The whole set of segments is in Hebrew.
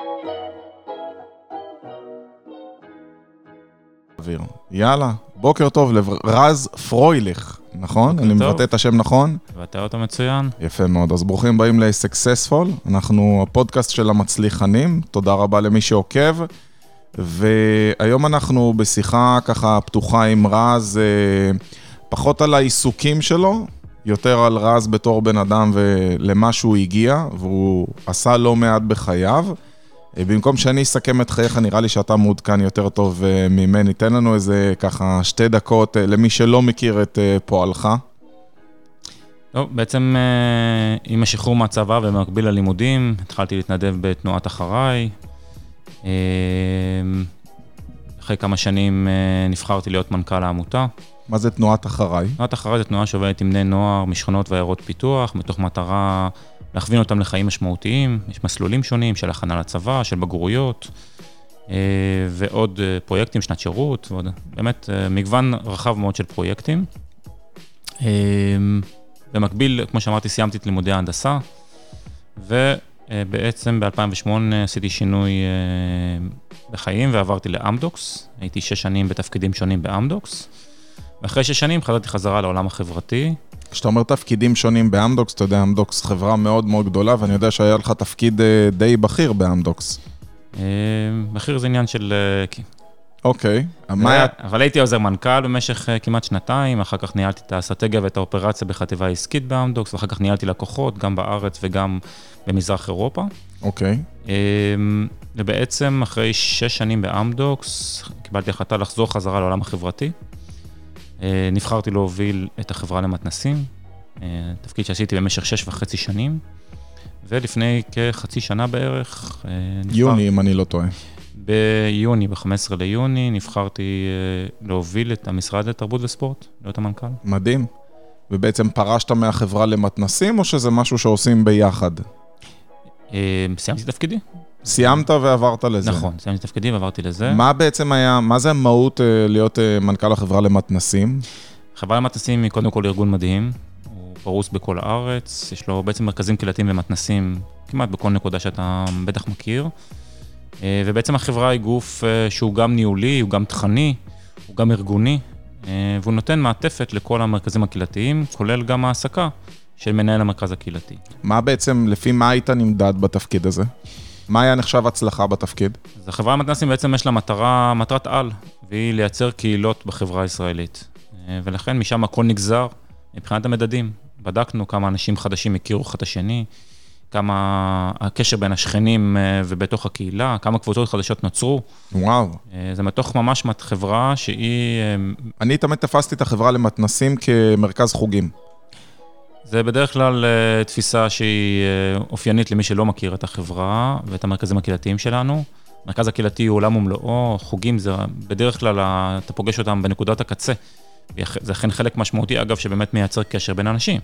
יאללה, בוקר טוב לרז פרויליך, נכון? אני מבטא את השם נכון? מבטא אותו מצוין. יפה מאוד, אז ברוכים באים ל-Successful, אנחנו הפודקאסט של המצליחנים, תודה רבה למי שעוקב, והיום אנחנו בשיחה ככה פתוחה עם רז, פחות על העיסוקים שלו, יותר על רז בתור בן אדם ולמה שהוא הגיע, והוא עשה לא מעט בחייו, במקום שאני אסכם את חייך, נראה לי שאתה מעודכן יותר טוב ממני. תן לנו איזה ככה 2 דקות למי שלא מכיר את פועלך. טוב, בעצם עם השחרור מהצבא ובמקביל ללימודים, התחלתי להתנדב בתנועת אחריי. אחרי כמה שנים נבחרתי להיות מנכ"ל העמותה. מה זה תנועת אחריי? תנועת אחריי זה תנועה שעובדת עם בני נוער, משכונות ועיירות פיתוח, מתוך מטרה להכווין אותם לחיים משמעותיים. יש מסלולים שונים של הכנה לצבא, של בגרויות, ועוד פרויקטים, שנת שירות, ועוד, באמת מגוון רחב מאוד של פרויקטים. במקביל, כמו שאמרתי, סיימתי את לימודי ההנדסה, ובעצם ב-2008 עשיתי שינוי בחיים ועברתי לאמדוקס. הייתי 6 שנים בתפקידים שונים באמדוקס, ואחרי 6 שנים חזרתי חזרה לעולם החברתי. כשאתה אומר תפקידים שונים באמדוקס, אתה יודע, אמדוקס חברה מאוד מאוד גדולה, ואני יודע שהיה לך תפקיד די בכיר באמדוקס. בכיר זה עניין של... אוקיי. אבל הייתי עוזר מנכ"ל במשך כמעט 2 שנתיים, אחר כך ניהלתי את האסטרטגיה ואת האופרציה בחטיבה העסקית באמדוקס, ואחר כך ניהלתי לקוחות גם בארץ וגם במזרח אירופה. אוקיי. ובעצם אחרי 6 שנים באמדוקס, קיבלתי החלטה לחזור חזרה לעולם החברתי. נבחרתי להוביל את החברה למתנסים, תפקיד שעשיתי במשך 6.5 שנים, ולפני כחצי שנה בערך... יוני, אם אני לא טועה. ביוני, ב-15 ליוני, נבחרתי להוביל את המשרד לתרבות וספורט, להיות המנכ"ל. מדהים. ובעצם פרשת מהחברה למתנסים, או שזה משהו שעושים ביחד? סיימתי תפקידי. סיימת ועברת לזה. נכון, סיימתי תפקידי ועברתי לזה. מה בעצם היה, מה זה המהות להיות מנכ"ל החברה למתנסים? החברה למתנסים היא קודם כל ארגון מדהים, הוא פרוס בכל הארץ, יש לו בעצם מרכזים קהילתיים ומתנסים כמעט בכל נקודה שאתה בטח מכיר, ובעצם החברה היא גוף שהוא גם ניהולי, הוא גם תכני, הוא גם ארגוני, והוא נותן מעטפת לכל המרכזים הקהילתיים, כולל גם העסקה של מנהל המרכז הקהילתי. מה בעצם, לפי מה היית נמדד בתפקיד הזה? מה היה נחשב הצלחה בתפקיד? אז החברה המתנסים בעצם יש לה מטרת על, והיא לייצר קהילות בחברה הישראלית. ולכן משם הכל נגזר מבחינת המדדים. בדקנו כמה אנשים חדשים הכירו אחד השני, כמה הקשר בין השכנים ובתוך הקהילה, כמה קבוצות חדשות נוצרו. וואו. זה מתוך ממש חברה שהיא... אני תמיד תפסתי את החברה למתנסים כמרכז חוגים. זה בדרך כלל תפיסה שהיא אופיינית למי שלא מכיר את החברה ואת המרכזים הקהילתיים שלנו. המרכז הקהילתי הוא עולם ומלואו, חוגים זה בדרך כלל אתה פוגש אותם בנקודת הקצה. זה אכן חלק משמעותי, אגב, שבאמת מייצר קשר בין אנשים.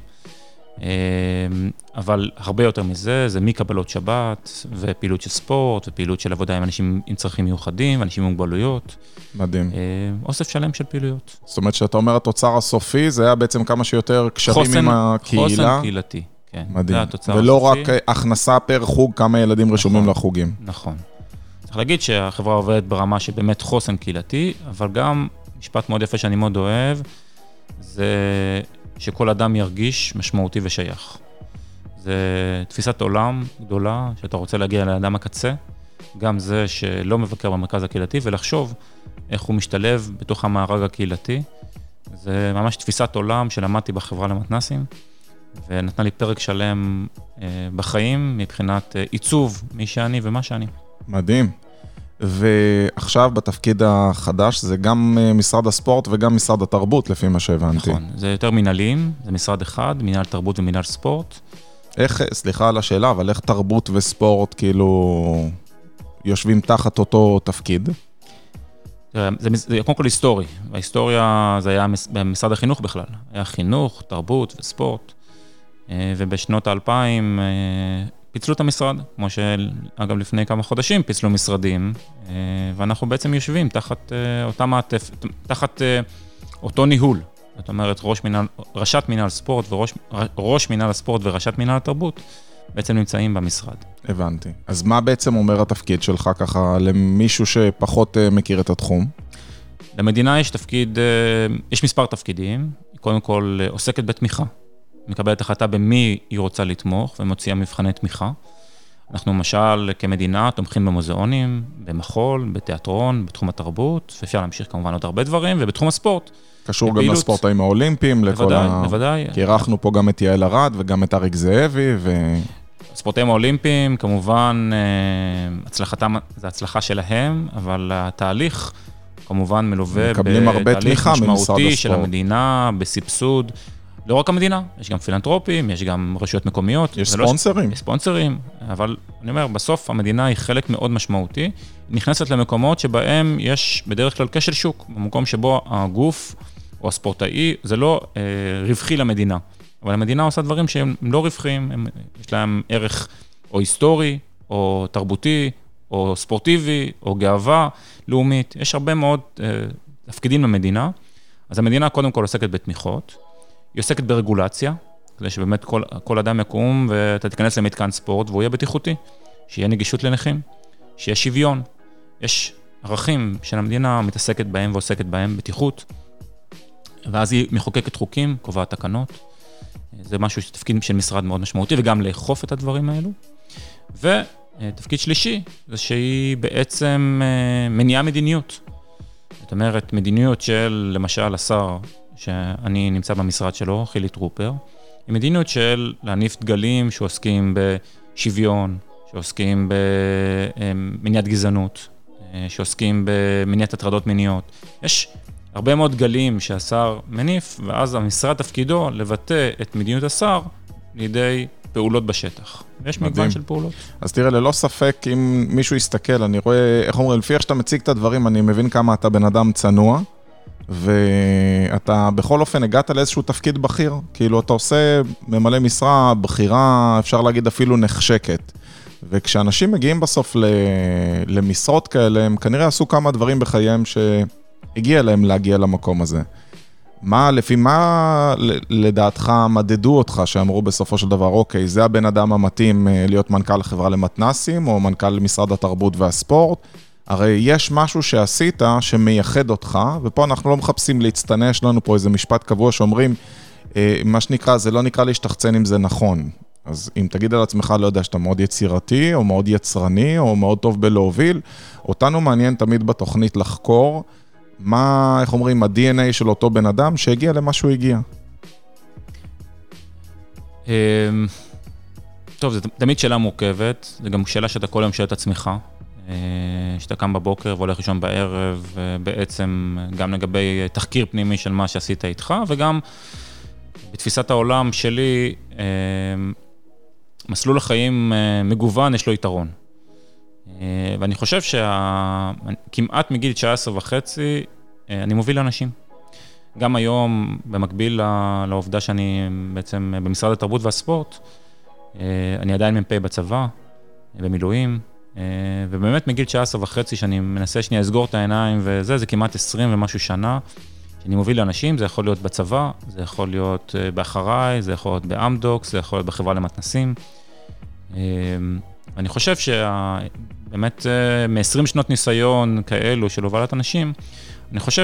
אבל הרבה יותר מזה, זה מקבלות שבת, ופעילות של ספורט, ופעילות של עבודה עם אנשים עם צרכים מיוחדים, ואנשים עם מוגבלויות. מדהים. אוסף שלם של פעילויות. זאת אומרת שאתה אומר, התוצר הסופי, זה היה בעצם כמה שיותר קשרים עם הקהילה. חוסן קהילתי, כן. מדהים. ולא רק הכנסה פר חוג, כמה ילדים רשומים לחוגים. נכון. צריך להגיד שהחברה עובדת ברמה שבאמת חוסן קהילתי, אבל גם משפט מאוד יפה שאני מאוד אוהב, זה שכל אדם ירגיש משמעותי ושייך. זה תפיסת עולם גדולה, שאתה רוצה להגיע לאדם הקצה, גם זה שלא מבקר במרכז הקהילתי, ולחשוב איך הוא משתלב בתוך המארג הקהילתי. זה ממש תפיסת עולם שלמדתי בחברה למתנסים, ונתנה לי פרק שלם בחיים, מבחינת עיצוב מי שאני ומה שאני. מדהים. ועכשיו בתפקיד החדש זה גם משרד הספורט וגם משרד התרבות, לפי מה שהבנתי. נכון, זה יותר מנהלים, זה משרד אחד, מנהל תרבות ומנהל ספורט. איך, סליחה על השאלה, אבל איך תרבות וספורט כאילו יושבים תחת אותו תפקיד? זה קודם כל היסטורי, וההיסטוריה זה היה במשרד החינוך בכלל, היה חינוך, תרבות וספורט, ובשנות ה-2000 פיצלו את המשרד, כמו שאגב לפני כמה חודשים פיצלו משרדים, ואנחנו בעצם יושבים תחת אותה מעטפת, תחת אותו ניהול, זאת אומרת ראשת מנהל ספורט וראש מנהל הספורט וראשת מנהל התרבות, בעצם נמצאים במשרד. הבנתי. אז מה בעצם אומר התפקיד שלך ככה למישהו שפחות מכיר את התחום? למדינה יש מספר תפקידים, קודם כל עוסקת בתמיכה, מקבלת החלטה במי היא רוצה לתמוך ומוציאה מבחני תמיכה. אנחנו למשל כמדינה תומכים במוזיאונים, במחול, בתיאטרון, בתחום התרבות, ואפשר להמשיך כמובן עוד הרבה דברים, ובתחום הספורט. קשור גם לספורטאים האולימפיים, בוודאי. כי אירחנו פה גם את יעל ארד וגם את אריק זאבי, הספורטאים האולימפיים, כמובן, זה הצלחה שלהם, אבל התהליך כמובן מלווה בתהליך משמעותי של המדינה, בסבסוד. לא רק המדינה, יש גם פילנטרופים, יש גם רשויות מקומיות. יש ספונסרים. יש ספונסרים, אבל אני אומר, בסוף המדינה היא חלק מאוד משמעותי, היא נכנסת למקומות שבהם יש בדרך כלל כשל שוק, במקום שבו הגוף או הספורטאי, זה לא רווחי למדינה, אבל המדינה עושה דברים שהם לא רווחיים, יש להם ערך או היסטורי, או תרבותי, או ספורטיבי, או גאווה לאומית, יש הרבה מאוד תפקידים למדינה, אז המדינה קודם כל עוסקת בתמיכות, היא עוסקת ברגולציה, כדי שבאמת כל אדם יקום ואתה תיכנס למתקן ספורט והוא יהיה בטיחותי, שיהיה נגישות לנכים, שיהיה שוויון. יש ערכים של המדינה מתעסקת בהם ועוסקת בהם בטיחות, ואז היא מחוקקת חוקים, קובעת תקנות. זה משהו שתפקיד של משרד מאוד משמעותי, וגם לאכוף את הדברים האלו. ותפקיד שלישי, זה שהיא בעצם מניעה מדיניות. זאת אומרת, מדיניות של למשל השר, שאני נמצא במשרד שלו, חילי טרופר, היא מדיניות של להניף דגלים שעוסקים בשוויון, שעוסקים במניעת גזענות, שעוסקים במניעת הטרדות מיניות. יש הרבה מאוד דגלים שהשר מניף, ואז המשרד תפקידו לבטא את מדיניות השר לידי פעולות בשטח. יש מגוון של פעולות. אז תראה, ללא ספק, אם מישהו יסתכל, אני רואה, איך אומרים, לפי איך שאתה מציג את הדברים, אני מבין כמה אתה בן אדם צנוע, ואתה בכל אופן הגעת לאיזשהו תפקיד בכיר, כאילו אתה עושה ממלא משרה, בחירה, אפשר להגיד אפילו נחשקת. וכשאנשים מגיעים בסוף למשרות כאלה, הם כנראה עשו כמה דברים בחייהם שהגיע להם להגיע למקום הזה. לפי מה לדעתך מדדו אותך שאמרו בסופו של דבר, אוקיי, זה הבן אדם המתאים להיות מנכ"ל חברה למתנסים, או מנכ"ל משרד התרבות והספורט, הרי יש משהו שעשית שמייחד אותך, ופה אנחנו לא מחפשים להצטנע, יש לנו פה איזה משפט קבוע שאומרים, מה שנקרא, זה לא נקרא להשתחצן אם זה נכון. אז אם תגיד על עצמך, לא יודע, שאתה מאוד יצירתי, או מאוד יצרני, או מאוד טוב בלהוביל, אותנו מעניין תמיד בתוכנית לחקור, מה, איך אומרים, ה-DNA של אותו בן אדם שהגיע למה שהוא הגיע. טוב, זו תמיד שאלה מורכבת, זה גם שאלה שאתה כל יום שואל את עצמך, שאתה קם בבוקר והולך לישון בערב, בעצם גם לגבי תחקיר פנימי של מה שעשית איתך, וגם בתפיסת העולם שלי, מסלול החיים מגוון, יש לו יתרון. ואני חושב שכמעט מגיל 19.5, אני מוביל לאנשים. גם היום, במקביל לעובדה שאני בעצם במשרד התרבות והספורט, אני עדיין מ"פ בצבא, במילואים, ובאמת מגיל 19.5 שאני מנסה שנייה לסגור את העיניים, זה כמעט 20 ומשהו שנה, שאני מוביל לאנשים, זה יכול להיות בצבא, זה יכול להיות באחריי, זה יכול להיות באמדוקס, זה יכול להיות בחברה למתנסים. אני חושב שבאמת מ-20 שנות ניסיון כאלו של הובלת אנשים, אני חושב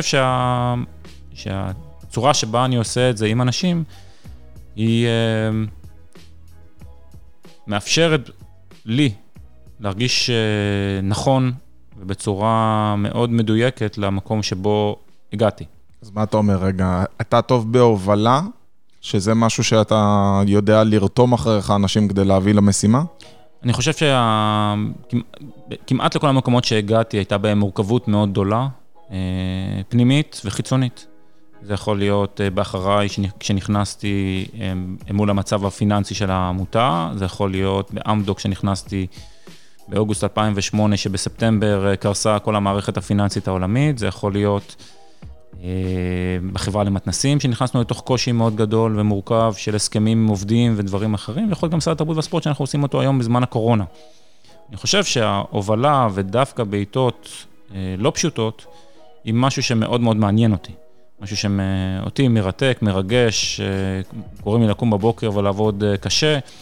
שהצורה שבה אני עושה את זה עם אנשים, היא מאפשרת לי להרגיש נכון ובצורה מאוד מדויקת למקום שבו הגעתי. אז מה אתה אומר רגע? אתה טוב בהובלה, שזה משהו שאתה יודע לרתום אחריך אנשים כדי להביא למשימה? אני חושב שכמעט לכל המקומות שהגעתי הייתה בהם מורכבות מאוד גדולה, פנימית וחיצונית. זה יכול להיות באחריי כשנכנסתי מול המצב הפיננסי של העמותה, זה יכול להיות באמדוק כשנכנסתי באוגוסט 2008, שבספטמבר קרסה כל המערכת הפיננסית העולמית, זה יכול להיות בחברה למתנסים, שנכנסנו לתוך קושי מאוד גדול ומורכב של הסכמים עם עובדים ודברים אחרים, ויכול גם משרד התרבות והספורט שאנחנו עושים אותו היום בזמן הקורונה. אני חושב שההובלה ודווקא בעיתות לא פשוטות, היא משהו שמאוד מאוד מעניין אותי. משהו שאותי מרתק, מרגש, קוראים לי לקום בבוקר ולעבוד קשה,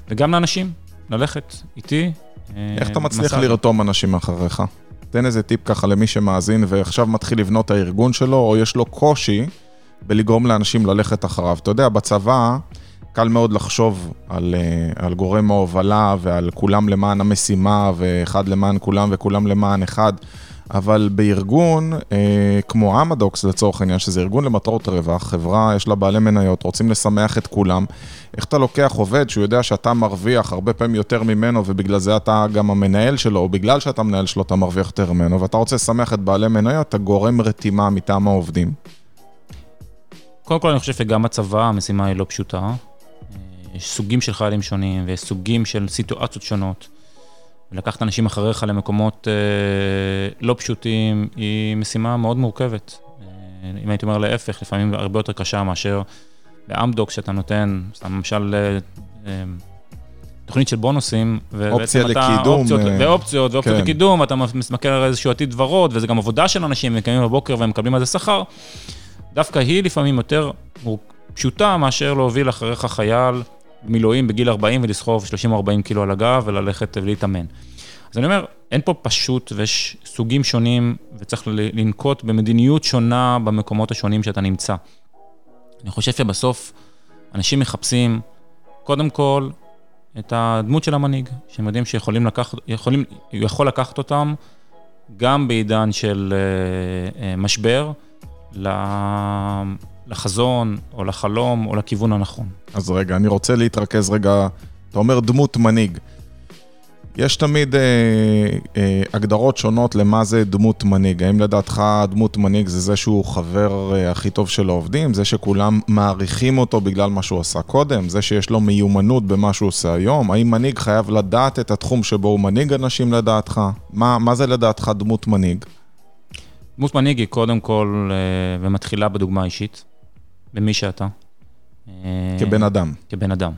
וגם לאנשים, ללכת איתי. איך אתה מצליח לרתום אנשים אחריך? תן איזה טיפ ככה למי שמאזין ועכשיו מתחיל לבנות את הארגון שלו, או יש לו קושי בלגרום לאנשים ללכת אחריו. אתה יודע, בצבא קל מאוד לחשוב על גורם ההובלה ועל כולם למען המשימה, ואחד למען כולם וכולם למען אחד, אבל בארגון, כמו אמדוקס לצורך העניין, שזה ארגון למטרות רווח, חברה, יש לה בעלי מניות, רוצים לשמח את כולם, איך אתה לוקח עובד שהוא יודע שאתה מרוויח הרבה פעמים יותר ממנו, ובגלל זה אתה גם המנהל שלו, או בגלל שאתה מנהל שלו, אתה מרוויח יותר ממנו, ואתה רוצה לשמח את בעלי מניות, אתה גורם רתימה מטעם העובדים. קודם כל אני חושב שגם בצבא המשימה היא לא פשוטה, יש סוגים של חיילים שונים, ויש סוגים של סיטואציות שונות, ולקחת אנשים אחריך למקומות לא פשוטים, היא משימה מאוד מורכבת. אם הייתי אומר להפך, לפעמים הרבה יותר קשה מאשר באמדוקס שאתה נותן, למשל תוכנית של בונוסים, אופציה לקידום. ואופציות לקידום, אתה מסמכר על איזשהו עתיד ורוד, וזה גם עבודה של אנשים, הם קמים בבוקר והם מקבלים על זה שכר. דווקא היא לפעמים יותר פשוטה מאשר להוביל אחריך חייל מילואים בגיל 40 ולסחוב 30-40 קילו על הגב וללכת ולהתאמן. אז אני אומר, אין פה פשוט ויש סוגים שונים וצריך לנקוט במדיניות שונה במקומות השונים שאתה נמצא. אני חושב שבסוף אנשים מחפשים קודם כל את הדמות של המנהיג, שהם יודעים יכול לקחת אותם גם בעידן של משבר, לחזון, או לחלום, או לכיוון הנכון. אז רגע, אני רוצה להתרכז רגע, אתה אומר דמות מנהיג. יש תמיד הגדרות שונות למה זה דמות מנהיג. האם לדעתך דמות מנהיג זה זה שהוא חבר הכי טוב של העובדים? זה שכולם מעריכים אותו בגלל מה שהוא עשה קודם? זה שיש לו מיומנות במה שהוא עושה היום? האם מנהיג חייב לדעת את התחום שבו הוא מנהיג אנשים לדעתך? מה זה לדעתך דמות מנהיג? דמות מנהיג היא קודם כל ומתחילה בדוגמה אישית, במי שאתה. כבן אדם. כבן אדם.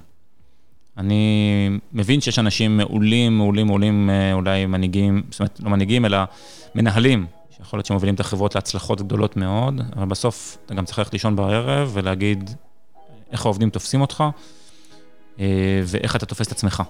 אני מבין שיש אנשים מעולים, אולי מנהיגים, זאת אומרת, לא מנהיגים, אלא מנהלים, שיכול להיות שמובילים את החברות להצלחות גדולות מאוד, אבל בסוף אתה גם צריך ללכת לישון בערב ולהגיד איך העובדים תופסים אותך, ואיך אתה תופס את עצמך.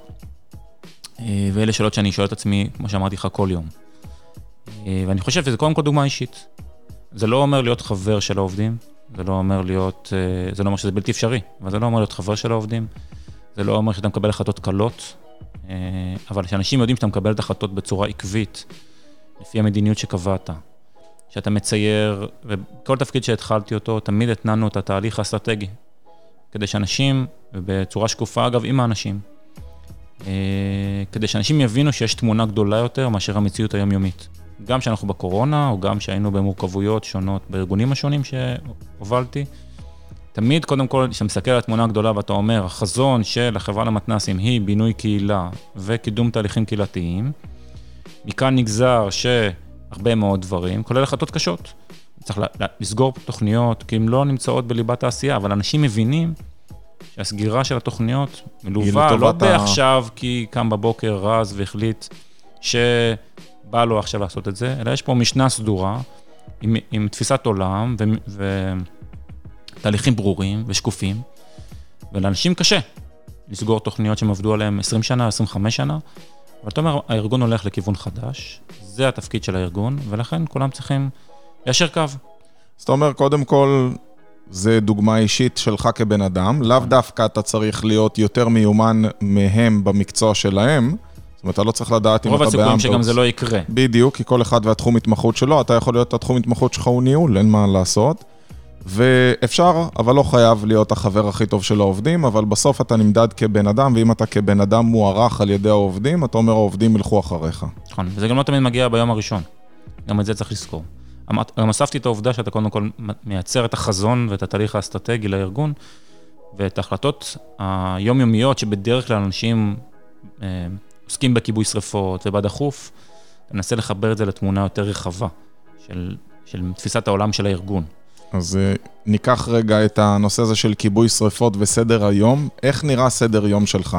ואלה שאלות שאני שואל את עצמי, כמו שאמרתי לך, כל יום. ואני חושב שזה קודם כל דוגמה אישית. זה לא אומר להיות חבר של העובדים, זה לא אומר שזה בלתי אפשרי, אבל זה לא אומר להיות חבר של העובדים, זה לא אומר שאתה מקבל החלטות קלות, אבל שאנשים יודעים שאתה מקבל את החלטות בצורה עקבית, לפי המדיניות שקבעת, שאתה מצייר, וכל תפקיד שהתחלתי אותו, תמיד התנענו את התהליך האסטרטגי, כדי שאנשים, ובצורה שקופה אגב עם האנשים, כדי שאנשים יבינו שיש תמונה גדולה יותר מאשר המציאות היומיומית. גם שאנחנו בקורונה, או גם שהיינו במורכבויות שונות בארגונים השונים שהובלתי, תמיד קודם כל, כשאתה מסתכל על התמונה הגדולה ואתה אומר, החזון של החברה למתנ"סים היא בינוי קהילה וקידום תהליכים קהילתיים, מכאן נגזר שהרבה מאוד דברים, כולל החלטות קשות. צריך לסגור תוכניות, כי הן לא נמצאות בליבת העשייה, אבל אנשים מבינים שהסגירה של התוכניות מלווה לא בעכשיו, כי קם בבוקר רז והחליט שבא לו עכשיו לעשות את זה, אלא יש פה משנה סדורה עם תפיסת עולם ותהליכים ברורים ושקופים, ולאנשים קשה לסגור תוכניות שהם עבדו עליהם 20 שנה, 25 שנה, אבל אתה אומר, הארגון הולך לכיוון חדש, זה התפקיד של הארגון, ולכן כולם צריכים ליישר קו. אז אתה אומר, קודם כל, זה דוגמה אישית שלך כבן אדם, לאו דווקא אתה צריך להיות יותר מיומן מהם במקצוע שלהם, זאת אומרת, אתה לא צריך לדעת אם אתה באמדוקס. רוב הסיכויים שגם זה לא יקרה. בדיוק, כי כל אחד והתחום התמחות שלו, אתה יכול להיות התחום התמחות שלך הוא ניהול, אין מה לעשות. ואפשר, אבל לא חייב להיות החבר הכי טוב של העובדים, אבל בסוף אתה נמדד כבן אדם, ואם אתה כבן אדם מוערך על ידי העובדים, אתה אומר, העובדים ילכו אחריך. נכון, וזה גם לא תמיד מגיע ביום הראשון. גם את זה צריך לזכור. גם אספתי את העובדה שאתה קודם כל מייצר את החזון ואת התהליך האסטרטגי לארגון, ואת ההחלטות היומיומיות שבדרך כלל אנשים עוסקים בכיבוי שריפות ובדחוף, תנסה לחבר את זה לתמונה יותר רחבה של תפיסת העולם של הארגון. אז ניקח רגע את הנושא הזה של כיבוי שריפות וסדר היום. איך נראה סדר יום שלך?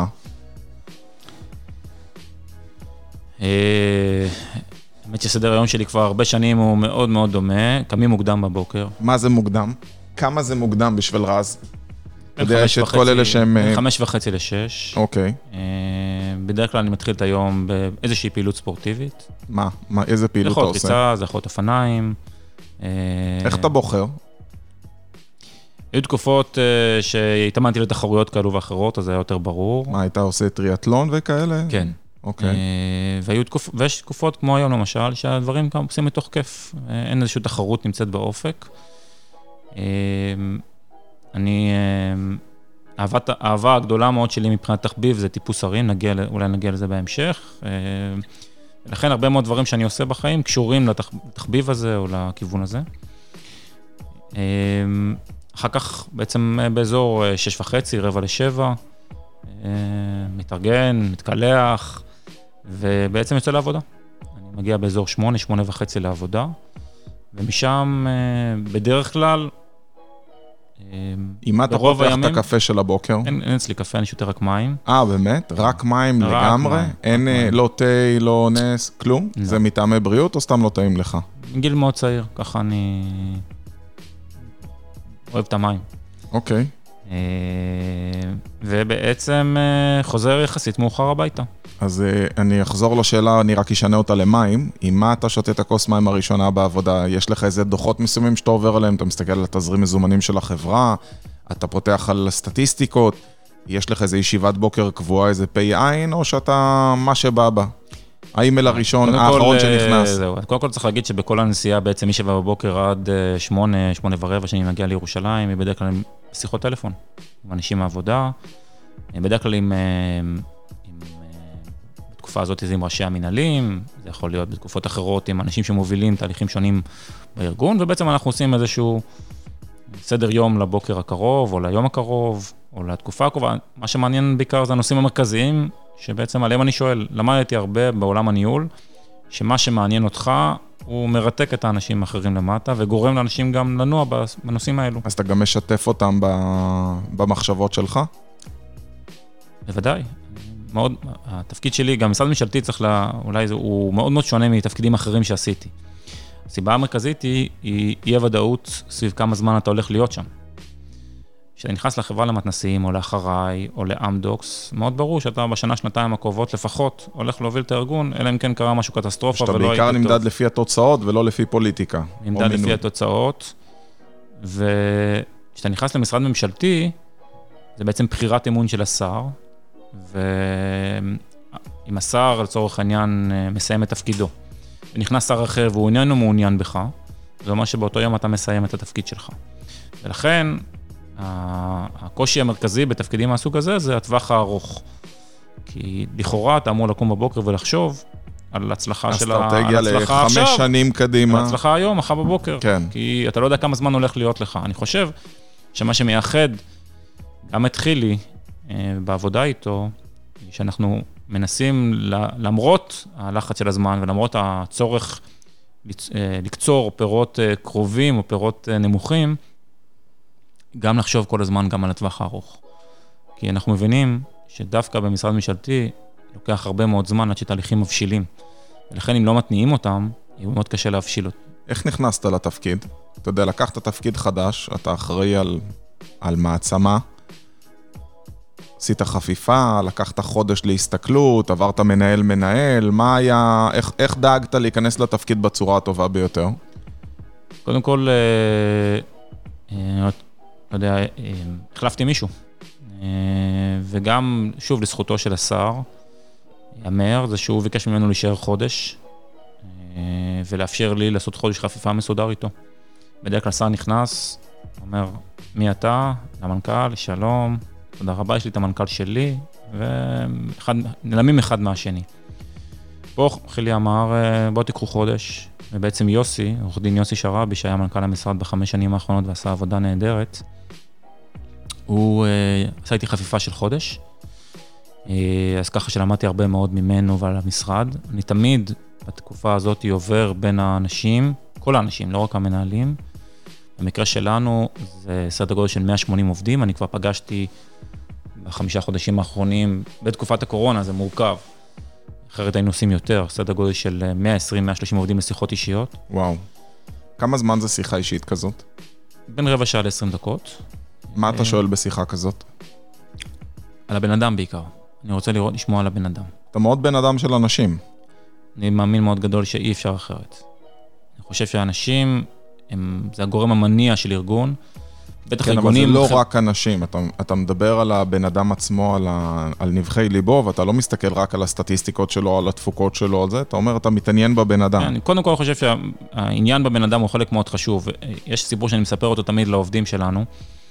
האמת שסדר היום שלי כבר הרבה שנים הוא מאוד מאוד דומה, קמים מוקדם בבוקר. מה זה מוקדם? כמה זה מוקדם בשביל רז? אתה יודע, יש את כל אלה שהם... 5:30 ל-6. אוקיי. בדרך כלל אני מתחיל את היום באיזושהי פעילות ספורטיבית. מה? איזה פעילות אתה עושה? זה יכול ריצה, זה יכול אופניים. איך אתה בוחר? היו תקופות שהתאמנתי לתחרויות כאלו ואחרות, אז זה היה יותר ברור. מה, היית עושה טריאטלון וכאלה? כן. אוקיי. ויש תקופות כמו היום למשל, שהדברים גם עושים מתוך כיף. אין איזושהי תחרות נמצאת באופק. האהבה הגדולה מאוד שלי מבחינת תחביב זה טיפוס הרים, אולי נגיע לזה בהמשך. ולכן הרבה מאוד דברים שאני עושה בחיים קשורים לתחביב הזה או לכיוון הזה. אחר כך בעצם באזור 6:30, 6:45, מתארגן, מתקלח, ובעצם יוצא לעבודה. אני מגיע באזור 8:30 לעבודה, ומשם בדרך כלל, עם מה אתה פותח את הקפה של הבוקר? אין אצלי קפה, אני שותה רק מים. באמת? רק מים לגמרי? אין לא תה, לא נס, כלום? זה מטעמי בריאות או סתם לא טעים לך? גיל מאוד צעיר, ככה אני אוהב את המים. אוקיי. ובעצם חוזר יחסית מאוחר הביתה. אז אני אחזור לשאלה, אני רק אשנה אותה למים. עם מה אתה שותה את הכוס מים הראשונה בעבודה? יש לך איזה דוחות מסוימים שאתה עובר עליהם? אתה מסתכל על התזרים מזומנים של החברה? אתה פותח על סטטיסטיקות? יש לך איזה ישיבת בוקר קבועה, איזה פי עין, או שאתה מה שבא בה? האימייל הראשון, האחרון שנכנס. זהו, קודם כל צריך להגיד שבכל הנסיעה בעצם מי שבא בבוקר עד 8:15 שאני מגיע לירושלים, היא בדרך כלל שיחות טלפון, עם אנשים מהעבודה, בדרך כלל בתקופה הזאת זה עם ראשי המנהלים, זה יכול להיות בתקופות אחרות עם אנשים שמובילים תהליכים שונים בארגון, ובעצם אנחנו עושים איזשהו סדר יום לבוקר הקרוב, או ליום הקרוב, או לתקופה הקרובה. מה שמעניין בעיקר זה הנושאים המרכזיים, שבעצם עליהם אני שואל, למדתי הרבה בעולם הניהול, שמה שמעניין אותך, הוא מרתק את האנשים האחרים למטה, וגורם לאנשים גם לנוע בנושאים האלו. אז אתה גם משתף אותם במחשבות שלך? בוודאי. מאוד, התפקיד שלי, גם משרד ממשלתי צריך אולי הוא מאוד מאוד שונה מתפקידים אחרים שעשיתי. הסיבה המרכזית היא אי-הוודאות סביב כמה זמן אתה הולך להיות שם. כשאתה נכנס לחברה למתנסים, או לאחריי, או לאמדוקס, מאוד ברור שאתה בשנה, שנתיים הקרובות לפחות הולך להוביל את הארגון, אלא אם כן קרה משהו קטסטרופה ולא הייתי טוב. שאתה בעיקר נמדד לפי התוצאות ולא לפי פוליטיקה. נמדד לפי התוצאות, וכשאתה נכנס למשרד ממשלתי, זה בעצם בחירת אמון של השר, ואם השר לצורך העניין מסיים את תפקידו, ונכנס שר אחר והוא איננו מעוניין בך, זה אומר שבאותו יום אתה מסיים את התפקיד שלך. ולכן, הקושי המרכזי בתפקידים מהסוג הזה, זה הטווח הארוך. כי לכאורה אתה אמור לקום בבוקר ולחשוב על הצלחה של אסטרטגיה ל5 שנים קדימה. על הצלחה היום, מחר בבוקר. כן. כי אתה לא יודע כמה זמן הולך להיות לך. אני חושב שמה שמייחד, גם התחילי בעבודה איתו, שאנחנו מנסים, למרות הלחץ של הזמן ולמרות הצורך לקצור פירות קרובים או פירות נמוכים, גם לחשוב כל הזמן גם על הטווח הארוך. כי אנחנו מבינים שדווקא במשרד ממשלתי לוקח הרבה מאוד זמן עד שתהליכים מבשילים. ולכן אם לא מתניעים אותם, יהיה מאוד קשה להבשיל אותם. איך נכנסת לתפקיד? אתה יודע, לקחת תפקיד חדש, אתה אחראי על מעצמה, עשית חפיפה, לקחת חודש להסתכלות, עברת מנהל, מה היה, איך דאגת להיכנס לתפקיד בצורה הטובה ביותר? קודם כל, לא יודע, החלפתי מישהו, וגם, שוב, לזכותו של השר, יאמר, זה שהוא ביקש ממנו להישאר חודש, ולאפשר לי לעשות חודש חפיפה מסודר איתו. בדרך כלל שר נכנס, אומר, מי אתה? למנכ"ל, שלום, תודה רבה, יש לי את המנכ"ל שלי, ונעלמים אחד מהשני. פה חילי אמר, בוא תיקחו חודש, ובעצם יוסי, עורך דין יוסי שרבי, שהיה מנכ"ל המשרד ב5 שנים האחרונות ועשה עבודה נהדרת, הוא עשה איתי חפיפה של חודש, אז ככה שלמדתי הרבה מאוד ממנו ועל המשרד. אני תמיד בתקופה הזאת עובר בין האנשים, כל האנשים, לא רק המנהלים. במקרה שלנו זה סדר גודל של 180 עובדים, אני כבר פגשתי ב5 חודשים האחרונים, בתקופת הקורונה זה מורכב, אחרת היינו עושים יותר, סדר גודל של 120-130 עובדים לשיחות אישיות. וואו. כמה זמן זה שיחה אישית כזאת? בין רבע שעה ל20 דקות. מה אתה שואל בשיחה כזאת? על הבן אדם בעיקר. אני רוצה לשמוע על הבן אדם. אתה מאוד בן אדם של אנשים. אני מאמין מאוד גדול שאי אפשר אחרת. אני חושב שהאנשים, זה הגורם המניע של ארגון. כן, אבל זה לא רק אנשים. אתה מדבר על הבן אדם עצמו, על נבחי ליבו, ואתה לא מסתכל רק על הסטטיסטיקות שלו, על התפוקות שלו, על זה. אתה אומר, אתה מתעניין בבן אדם. אני קודם כל חושב שהעניין בבן אדם הוא חלק מאוד חשוב. יש סיפור שאני מספר אותו תמיד לעובדים שלנו,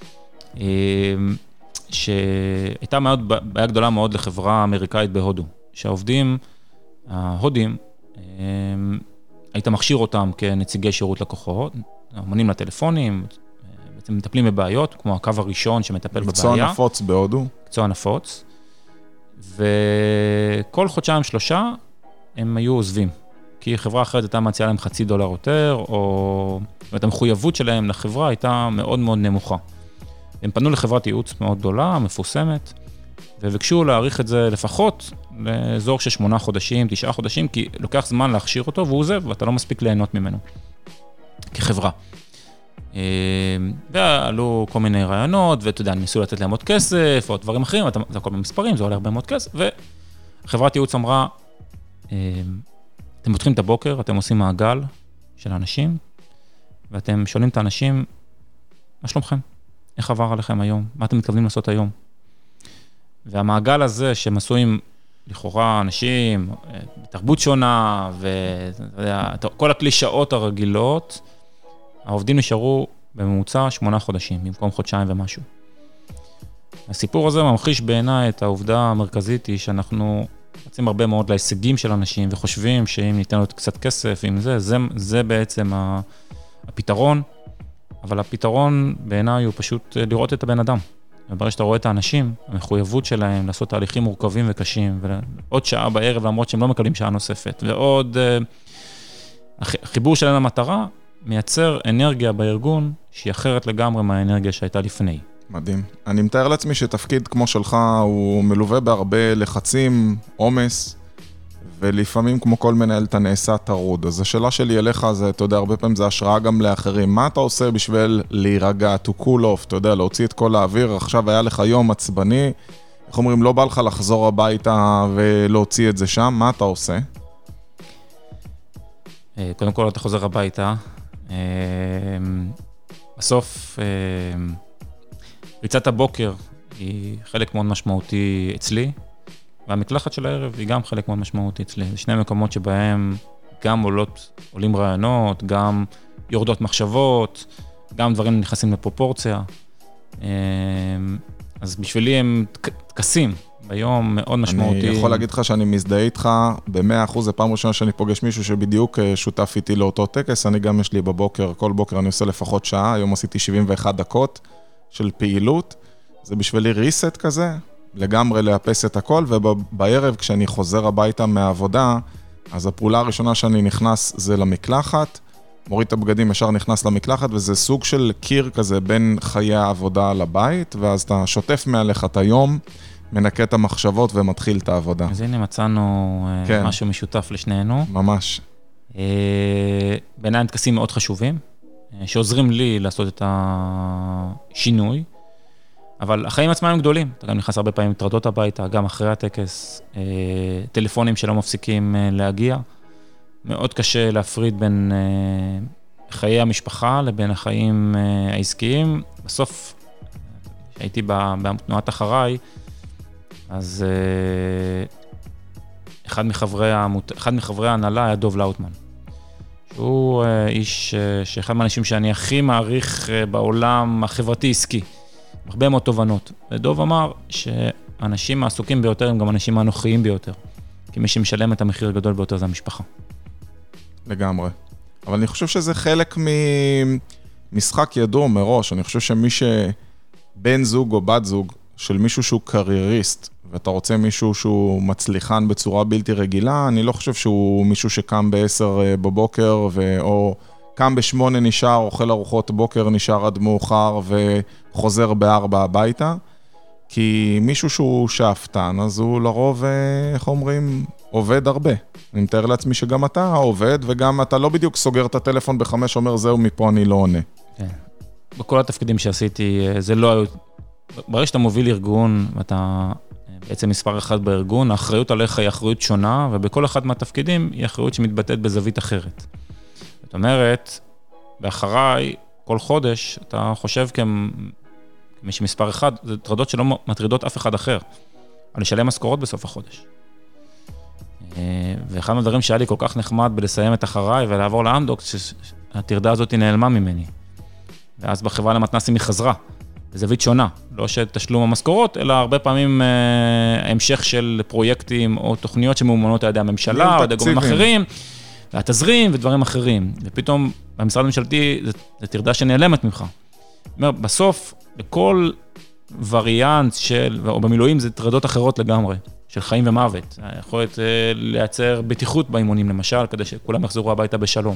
שהייתה בעיה גדולה מאוד לחברה אמריקאית בהודו, שהעובדים ההודים, היית מכשיר אותם כנציגי שירות לקוחות, עונים לטלפונים, בעצם מטפלים בבעיות, כמו הקו הראשון שמטפל בבעיה. מקצוע נפוץ בהודו. מקצוע נפוץ, וכל חודשיים 3 הם היו עוזבים, כי חברה אחרת הייתה מציעה להם $0.50 יותר, ואת המחויבות שלהם לחברה הייתה מאוד מאוד נמוכה. הם פנו לחברת ייעוץ מאוד גדולה, מפורסמת, וביקשו להאריך את זה לפחות לאזור של 8 חודשים, 9 חודשים, כי לוקח זמן להכשיר אותו, והוא עוזב, ואתה לא מספיק ליהנות ממנו, כחברה. ועלו כל מיני רעיונות, ואתה יודע, ניסו לתת להם עוד כסף, או דברים אחרים, זה הכל במספרים, זה עולה הרבה מאוד כסף, וחברת ייעוץ אמרה, אתם פותחים את הבוקר, אתם עושים מעגל של האנשים, ואתם שואלים את האנשים, מה שלומכם? איך עבר עליכם היום? מה אתם מתכוונים לעשות היום? והמעגל הזה שהם עשו עם לכאורה אנשים, תרבות שונה, וכל הקלישאות הרגילות, העובדים נשארו בממוצע 8 חודשים, במקום חודשיים ומשהו. הסיפור הזה ממחיש בעיניי את העובדה המרכזית היא שאנחנו רוצים הרבה מאוד להישגים של אנשים, וחושבים שאם ניתן לו קצת כסף, אם זה בעצם הפתרון, אבל הפתרון בעיניי הוא פשוט לראות את הבן אדם. וברגע שאתה רואה את האנשים, המחויבות שלהם לעשות תהליכים מורכבים וקשים, ועוד שעה בערב, למרות שהם לא מקבלים שעה נוספת, ועוד החיבור שלהם למטרה, מייצר אנרגיה בארגון, שהיא אחרת לגמרי מהאנרגיה שהייתה לפני. מדהים. אני מתאר לעצמי שתפקיד כמו שלך, הוא מלווה בהרבה לחצים, עומס, ולפעמים כמו כל מנהל אתה נעשה טרוד. אז השאלה שלי אליך זה, אתה יודע, הרבה פעמים זה השראה גם לאחרים. מה אתה עושה בשביל להירגע, to cool off, אתה יודע, להוציא את כל האוויר, עכשיו היה לך יום עצבני, איך אומרים, לא בא לך לחזור הביתה ולהוציא את זה שם, מה אתה עושה? קודם כל אתה חוזר הביתה, בסוף ריצת הבוקר היא חלק מאוד משמעותי אצלי, והמקלחת של הערב היא גם חלק מאוד משמעותי אצלי. זה שני מקומות שבהם גם עולים רעיונות, גם יורדות מחשבות, גם דברים נכנסים לפרופורציה. אז בשבילי הם תקסים ביום מאוד משמעותי. אני יכול להגיד לך שאני מזדהה איתך ב100%, זה פעם ראשונה שאני פוגש מישהו שבדיוק שותף איתי לאותו טקס, אני גם יש לי בבוקר, כל בוקר אני עושה לפחות שעה, היום עשיתי 71 דקות של פעילות, זה בשבילי ריסט כזה, לגמרי לאפס את הכל, ובערב כשאני חוזר הביתה מהעבודה, אז הפעולה הראשונה שאני נכנס זה למקלחת, מוריד את הבגדים, ישר נכנס למקלחת, וזה סוג של קיר כזה בין חיי העבודה לבית, ואז אתה שוטף מעליך את היום, מנקה את המחשבות ומתחיל את העבודה. אז הנה מצאנו כן. משהו משותף לשנינו. ממש. בעיניי טקסים מאוד חשובים, שעוזרים לי לעשות את השינוי, אבל החיים עצמם הם גדולים. אתה גם נכנס הרבה פעמים טרדות הביתה, גם אחרי הטקס, טלפונים שלא מפסיקים להגיע. מאוד קשה להפריד בין חיי המשפחה לבין החיים העסקיים. בסוף, כשהייתי בתנועת אחריי, אז אחד מחברי ההנהלה היה דוב לאוטמן. שהוא איש שאחד מהאנשים שאני הכי מעריך בעולם החברתי-עסקי. הרבה מאוד תובנות. ודוב אמר שאנשים העסוקים ביותר הם גם אנשים האנוכיים ביותר. כי מי שמשלם את המחיר הגדול ביותר זה המשפחה. לגמרי. אבל אני חושב שזה חלק ממשחק ידוע מראש. אני חושב שמי שבן זוג או בת זוג של מישהו שהוא קרייריסט, ואתה רוצה מישהו שהוא מצליחן בצורה בלתי רגילה, אני לא חושב שהוא מישהו שקם ב10 בבוקר, או קם ב8 נשאר, אוכל ארוחות בוקר, נשאר עד מאוחר וחוזר ב4 הביתה, כי מישהו שהוא שאפתן, אז הוא לרוב, איך אומרים, עובד הרבה. אני מתאר לעצמי שגם אתה עובד, וגם אתה לא בדיוק סוגר את הטלפון ב5, אומר זהו, מפה אני לא עונה. כן. בכל התפקידים שעשיתי, זה לא היו... ברגע שאתה מוביל ארגון, ואתה בעצם מספר אחד בארגון, האחריות עליך היא אחריות שונה, ובכל אחד מהתפקידים היא אחריות שמתבטאת בזווית אחרת. זאת אומרת, ואחריי, כל חודש, אתה חושב כמי שמספר אחד, זה טרדות שלא מטרידות אף אחד אחר, על לשלם משכורות בסוף החודש. ואחד מהדברים שהיה לי כל כך נחמד בלסיים את אחריי ולעבור לאמדוקס, שהטרדה הזאת נעלמה ממני. ואז בחברה למתנסים היא חזרה, בזווית שונה. לא שתשלום המשכורות, אלא הרבה פעמים המשך של פרויקטים או תוכניות שמאומנות על ידי הממשלה, או על ידי גורמים אחרים, והתזרים ודברים אחרים. ופתאום במשרד הממשלתי זה טרדה שנעלמת ממך. בסוף, בכל וריאנט או במילואים זה טרדות אחרות לגמרי. של חיים ומוות. יכולת לייצר בטיחות באימונים, למשל, כדי שכולם יחזרו הביתה בשלום.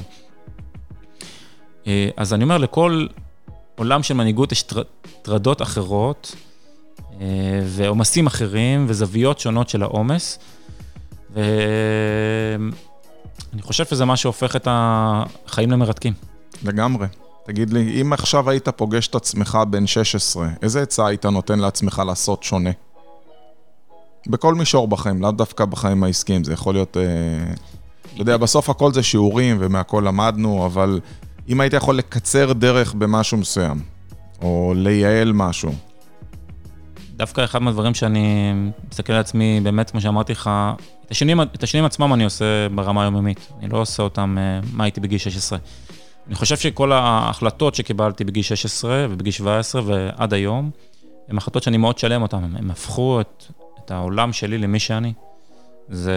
אז אני אומר, לכל עולם של מנהיגות יש טרדות אחרות, ועומסים אחרים, וזוויות שונות של העומס, ואני חושב שזה מה שהופך את החיים למרתקים. לגמרי. תגיד לי, אם עכשיו היית פוגש את עצמך בן 16, איזה עצה היית נותן לעצמך לעשות שונה? בכל מישור בחיים, לאו דווקא בחיים העסקיים, זה יכול להיות, אתה יודע, בסוף הכל זה שיעורים ומהכל למדנו, אבל אם היית יכול לקצר דרך במשהו מסוים, או לייעל משהו. דווקא אחד מהדברים שאני מסתכל על עצמי, באמת, כמו שאמרתי לך, את השינויים עצמם אני עושה ברמה היומיומית, אני לא עושה אותם, מה הייתי בגיל 16. אני חושב שכל ההחלטות שקיבלתי בגיל 16 ובגיל 17 ועד היום, הן החלטות שאני מאוד שלם אותן, הן הפכו את העולם שלי למי שאני. זה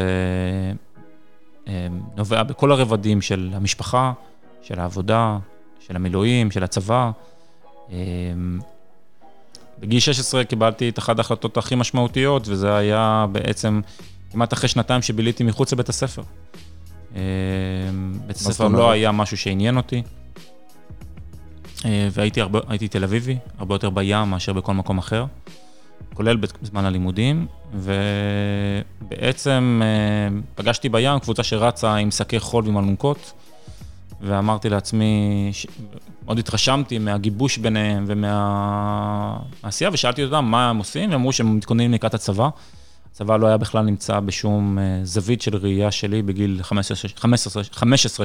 נובע בכל הרבדים של המשפחה, של העבודה, של המילואים, של הצבא. בגיל 16 קיבלתי את אחת ההחלטות הכי משמעותיות, וזה היה בעצם כמעט אחרי שנתיים שביליתי מחוץ לבית הספר. בית הספר לא היה משהו שעניין אותי, והייתי תל אביבי, הרבה יותר בים מאשר בכל מקום אחר. כולל בזמן הלימודים, ובעצם פגשתי בים קבוצה שרצה עם שקי חול ועם אלונקות, ואמרתי לעצמי, מאוד התרשמתי מהגיבוש ביניהם ומהעשייה, ושאלתי אותם מה הם עושים, ואמרו שהם מתכוננים לקראת הצבא. הצבא לא היה בכלל נמצא בשום זווית של ראייה שלי בגיל 15-16,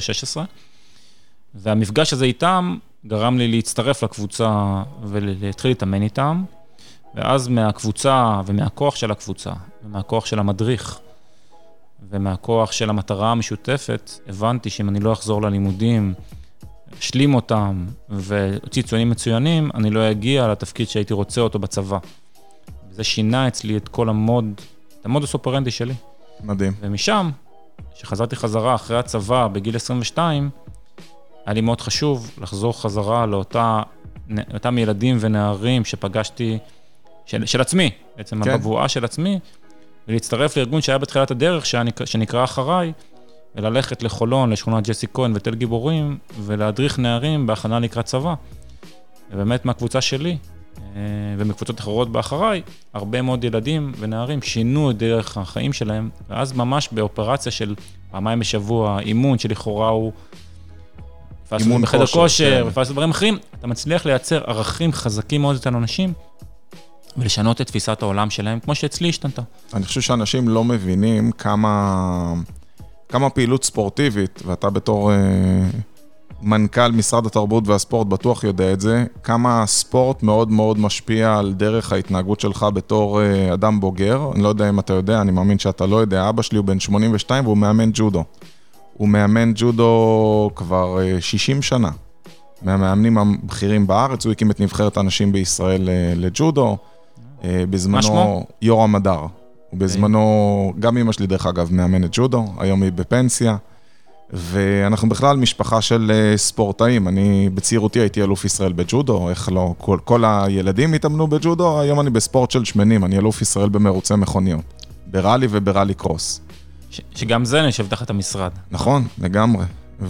והמפגש הזה איתם גרם לי להצטרף לקבוצה ולהתחיל להתאמן איתם, ואז מהקבוצה ומהכוח של הקבוצה, ומהכוח של המדריך, ומהכוח של המטרה המשותפת, הבנתי שאם אני לא אחזור ללימודים, אשלים אותם, והוציא ציונים מצוינים, אני לא אגיע לתפקיד שהייתי רוצה אותו בצבא. וזה שינה אצלי את כל את המודוס אופרנדי שלי. מדהים. ומשם, שחזרתי חזרה אחרי הצבא בגיל 22, היה לי מאוד חשוב לחזור חזרה לאותם ילדים ונערים שפגשתי, של עצמי, בעצם הבבואה של עצמי, ולהצטרף לארגון שהיה בתחילת הדרך, שנקרא אחריי, וללכת לחולון, לשכונת ג'סי כהן ותל גיבורים, ולהדריך נערים בהכנה לקראת צבא. ובאמת מהקבוצה שלי, ומקבוצות אחרות באחריי, הרבה מאוד ילדים ונערים שינו את דרך החיים שלהם, ואז ממש באופרציה של פעמיים בשבוע, אימון שלכאורה הוא אימון בחדר כושר, ופעשו דברים אחרים, אתה מצליח לייצר ערכים חזקים מאוד אצל אנשים, ולשנות את תפיסת העולם שלהם, כמו שאצלי השתנתה. אני חושב שאנשים לא מבינים כמה פעילות ספורטיבית, ואתה בתור מנכ"ל משרד התרבות והספורט בטוח יודע את זה, כמה ספורט מאוד מאוד משפיע על דרך ההתנהגות שלך בתור אדם בוגר. אני לא יודע אם אתה יודע, אני מאמין שאתה לא יודע. אבא שלי הוא בן 82 והוא מאמן ג'ודו. הוא מאמן ג'ודו כבר 60 שנה. מהמאמנים הבכירים בארץ, הוא הקים את נבחרת האנשים בישראל לג'ודו. בזמנו יורם מדר. ובזמנו, גם אמא שלי דרך אגב מאמנת ג'ודו, היום היא בפנסיה. ואנחנו בכלל משפחה של ספורטאים. אני בצעירותי הייתי אלוף ישראל בג'ודו, איך לא, כל הילדים התאמנו בג'ודו, היום אני בספורט של שמנים, אני אלוף ישראל במרוצי מכוניות, בראלי וברלי קרוס. שגם זה נשב תחת המשרד. נכון, לגמרי.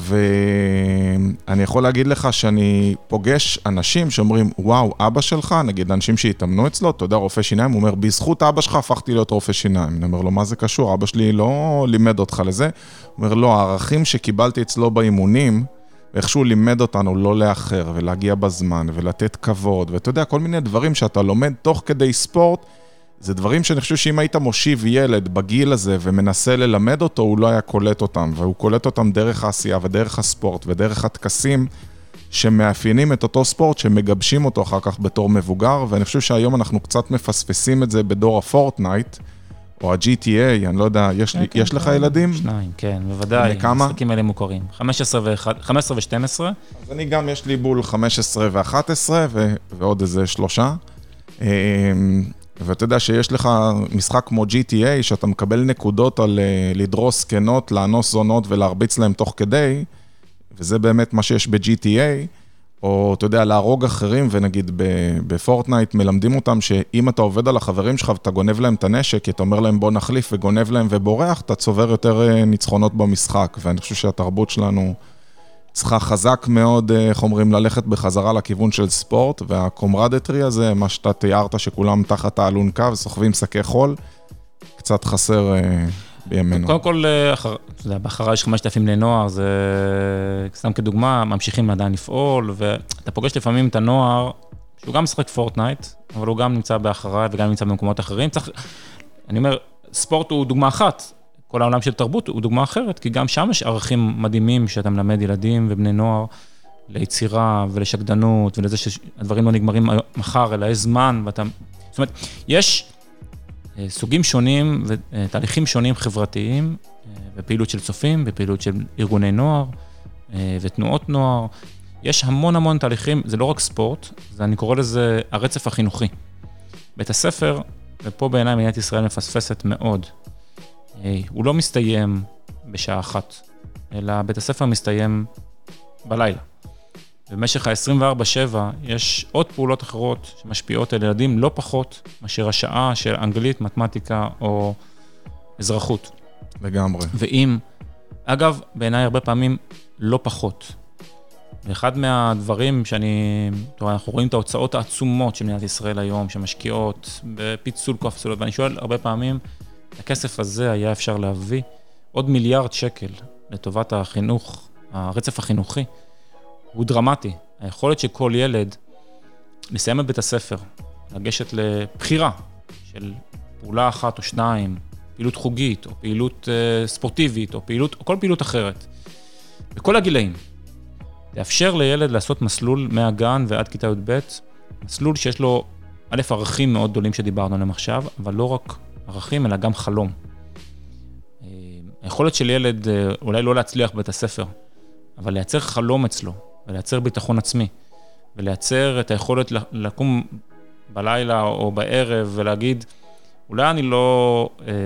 ואני יכול להגיד לך שאני פוגש אנשים שאומרים, וואו, אבא שלך, נגיד אנשים שהתאמנו אצלו, אתה יודע, רופא שיניים, הוא אומר, בזכות אבא שלך הפכתי להיות רופא שיניים. אני אומר לו, מה זה קשור? אבא שלי לא לימד אותך לזה. הוא אומר, לא, הערכים שקיבלתי אצלו באימונים, ואיכשהו לימד אותנו לא לאחר ולהגיע בזמן ולתת כבוד, ואתה יודע, כל מיני דברים שאתה לומד תוך כדי ספורט, זה דברים שאני חושב שאם היית מושיב ילד בגיל הזה ומנסה ללמד אותו, הוא לא היה קולט אותם, והוא קולט אותם דרך העשייה ודרך הספורט ודרך הטקסים שמאפיינים את אותו ספורט, שמגבשים אותו אחר כך בתור מבוגר, ואני חושב שהיום אנחנו קצת מפספסים את זה בדור הפורטנייט, או ה-GTA, אני לא יודע, יש לך ילדים? 2, כן, בוודאי. כמה? המשחקים האלה מוכרים. 15 ו-12. אז אני גם, יש לי בול 15 ו-11, ועוד איזה 3. ואתה יודע שיש לך משחק כמו GTA, שאתה מקבל נקודות על לדרוס קנות, לאנוס זונות ולהרביץ להם תוך כדי, וזה באמת מה שיש ב-GTA, או אתה יודע, להרוג אחרים, ונגיד בפורטנייט מלמדים אותם שאם אתה עובד על החברים שלך ואתה גונב להם את הנשק, אתה אומר להם בוא נחליף וגונב להם ובורח, אתה צובר יותר ניצחונות במשחק, ואני חושב שהתרבות שלנו צריכה חזק מאוד, איך אומרים, ללכת בחזרה לכיוון של ספורט, והקומרדטרי הזה, מה שאתה תיארת שכולם תחת האלונקה וסוחבים שקי חול, קצת חסר בימינו. קודם כל, באחרה יש 5,000 בני נוער, זה סתם כדוגמה, ממשיכים עדיין לפעול, ואתה פוגש לפעמים את הנוער, שהוא גם משחק פורטנייט, אבל הוא גם נמצא באחרה וגם נמצא במקומות אחרים. אני אומר, ספורט הוא דוגמה אחת, כל העולם של תרבות הוא דוגמה אחרת, כי גם שם יש ערכים מדהימים שאתה מלמד ילדים ובני נוער ליצירה ולשקדנות, ולזה שהדברים לא נגמרים מחר, אלא יש זמן, זאת אומרת, יש סוגים שונים ותהליכים שונים חברתיים, בפעילות של צופים, בפעילות של ארגוני נוער ותנועות נוער. יש המון תהליכים, זה לא רק ספורט, אני קורא לזה הרצף החינוכי. בית הספר, ופה בעיניי מדינת ישראל מפספסת מאוד, הוא לא מסתיים בשעה אחת, אלא בית הספר מסתיים בלילה. במשך ה-24/7 יש עוד פעולות אחרות שמשפיעות על ילדים לא פחות מאשר השעה של אנגלית, מתמטיקה או אזרחות. לגמרי. ואם, אגב, בעיניי הרבה פעמים לא פחות. ואחד מהדברים אנחנו רואים את ההוצאות העצומות של מדינת ישראל היום, שמשקיעות בפיצול קפסולות, ואני שואל הרבה פעמים, הכסף הזה היה אפשר להביא עוד מיליארד שקל לטובת החינוך, הרצף החינוכי, הוא דרמטי. היכולת שכל ילד לסיים את בית הספר, לגשת לבחירה של פעולה 1 או 2, פעילות חוגית, או פעילות ספורטיבית, או כל פעילות אחרת, בכל הגילאים, לאפשר לילד לעשות מסלול מהגן ועד כיתה י"ב, מסלול שיש לו ערכים מאוד גדולים שדיברנו עליהם עכשיו, אבל לא רק ערכים, אלא גם חלום. היכולת של ילד אולי לא להצליח בבית הספר, אבל לייצר חלום אצלו, ולייצר ביטחון עצמי, ולייצר את היכולת לקום בלילה או בערב ולהגיד, אולי אני לא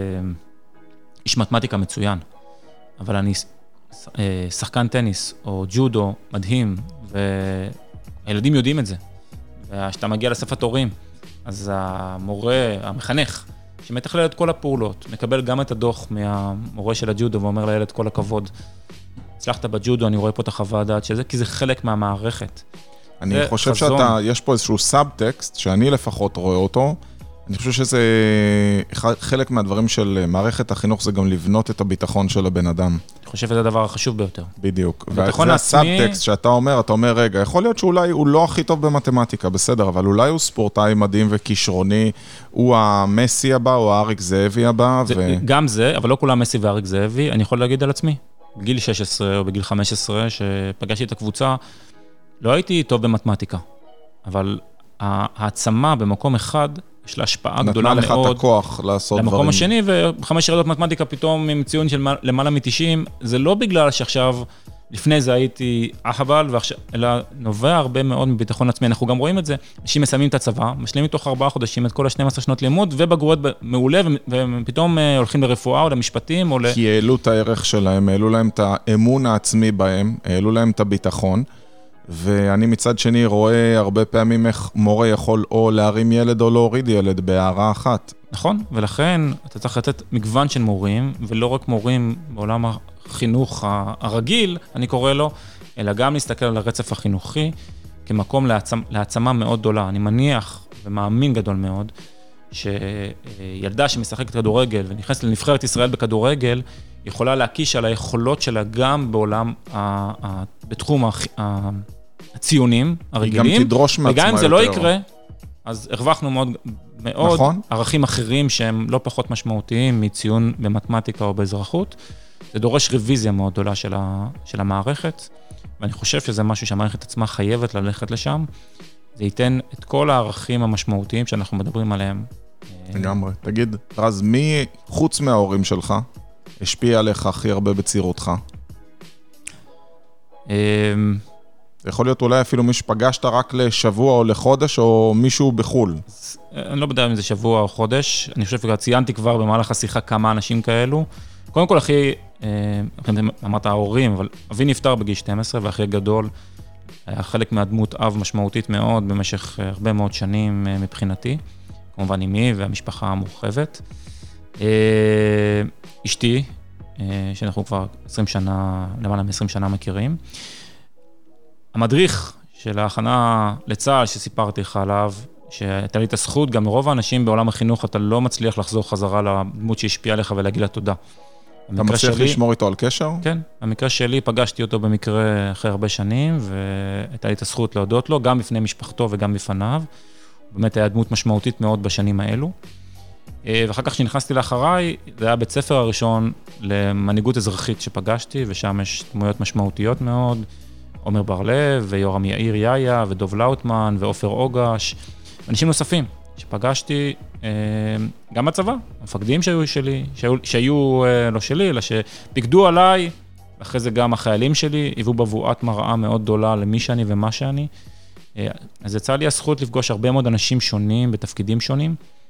איש מתמטיקה מצוין, אבל אני שחקן טניס או ג'ודו מדהים, והילדים יודעים את זה. וכשאתה מגיע לספת הורים, אז המורה, המחנך, שמתכלל את כל הפעולות, מקבל גם את הדוח מהמורה של הג'ודו, ואומר לילד כל הכבוד, הצלחת בג'ודו, אני רואה פה את החוות דעת של זה, כי זה חלק מהמערכת. אני חושב שיש פה איזשהו סאבטקסט, שאני לפחות רואה אותו, אני חושב שזה חלק מהדברים של מערכת החינוך, זה גם לבנות את הביטחון של הבן אדם. אני חושב שזה הדבר החשוב ביותר. בדיוק. וזה הסאבטקסט שאתה אומר, רגע, יכול להיות שאולי הוא לא הכי טוב במתמטיקה, בסדר, אבל אולי הוא ספורטאי מדהים וכישרוני, הוא המסי הבא, או האריק זאבי הבא. גם זה, אבל לא כולם מסי ואריק זאבי, אני יכול להגיד על עצמי. בגיל 16 או בגיל 15, שפגשתי את הקבוצה, לא הייתי טוב במתמטיקה, אבל העצמה במקום אחד, יש לה השפעה גדולה מאוד. נתנה לך את הכוח לעשות דברים. למקום השני, ו5 ירידות מתמטיקה פתאום עם ציון של למעלה מ-90, זה לא בגלל שעכשיו, לפני זה הייתי אחבל, אלא נובע הרבה מאוד מביטחון עצמי. אנחנו גם רואים את זה, אנשים מסיימים את הצבא, משלימים תוך 4 חודשים את כל ה-12 שנות לימוד, ובגרויות מעולה, ופתאום הולכים לרפואה או למשפטים, או כי העלו את הערך שלהם, העלו להם את האמון העצמי בהם, העלו להם את הביטחון, ואני מצד שני רואה הרבה פעמים איך מורה יכול או להרים ילד או להוריד ילד בהערה אחת. נכון, ולכן אתה צריך לתת מגוון של מורים, ולא רק מורים בעולם החינוך הרגיל, אני קורא לו, אלא גם להסתכל על הרצף החינוכי כמקום להעצמה מאוד גדולה. אני מניח ומאמין גדול מאוד, שילדה שמשחקת כדורגל ונכנסת לנבחרת ישראל בכדורגל, יכולה להקיש על היכולות שלה גם בעולם בתחום הציונים הרגילים. היא גם תדרוש מעצמה יותר. וגם אם זה לא יקרה, אז הרווחנו מאוד, נכון. ערכים אחרים שהם לא פחות משמעותיים מציון במתמטיקה או באזרחות. זה דורש רוויזיה מאוד גדולה של המערכת, ואני חושב שזה משהו שהמערכת עצמה חייבת ללכת לשם. זה ייתן את כל הערכים המשמעותיים שאנחנו מדברים עליהם. לגמרי. תגיד, רז, מי חוץ מההורים שלך השפיע עליך הכי הרבה בצעירותך? יכול להיות אולי אפילו מי שפגשת רק לשבוע או לחודש, או מישהו בחול. אני לא יודע אם זה שבוע או חודש. אני חושב שגם ציינתי כבר במהלך השיחה כמה אנשים כאלו. קודם כל, אחי, אמרת ההורים, אבל אבי נפטר בגיל 12, והכי גדול היה חלק מהדמות אב משמעותית מאוד במשך הרבה מאוד שנים מבחינתי. כמובן אמי והמשפחה המורחבת. אשתי, שאנחנו כבר 20 שנה, למעלה מ-20 שנה מכירים. המדריך של ההכנה לצה"ל שסיפרתי לך עליו, שהייתה לי את הזכות, גם לרוב האנשים בעולם החינוך, אתה לא מצליח לחזור חזרה לדמות שהשפיעה עליך ולהגיד לה תודה. אתה מצליח לשמור איתו על קשר? כן, במקרה שלי פגשתי אותו במקרה אחרי הרבה שנים, והייתה לי את הזכות להודות לו, גם בפני משפחתו וגם בפניו. באמת היה דמות משמעותית מאוד בשנים האלו. ואחר כך שנכנסתי לאחריי, זה היה בית ספר הראשון למנהיגות אזרחית שפגשתי, ושם יש דמויות משמעותיות מאוד, עומר בר-לב, ויורם יאיר יאיה, ודוב לאוטמן, ואופר אוגש, אנשים נוספים שפגשתי גם בצבא, המפקדים שהיו שלי, שהיו לא שלי, אלא שפיקדו עליי, ואחרי זה גם החיילים שלי, היוו בבואת מראה מאוד גדולה למי שאני ומה שאני. אז יצא לי הזכות לפגוש הרבה מאוד אנשים שונים, בתפקידים שונים.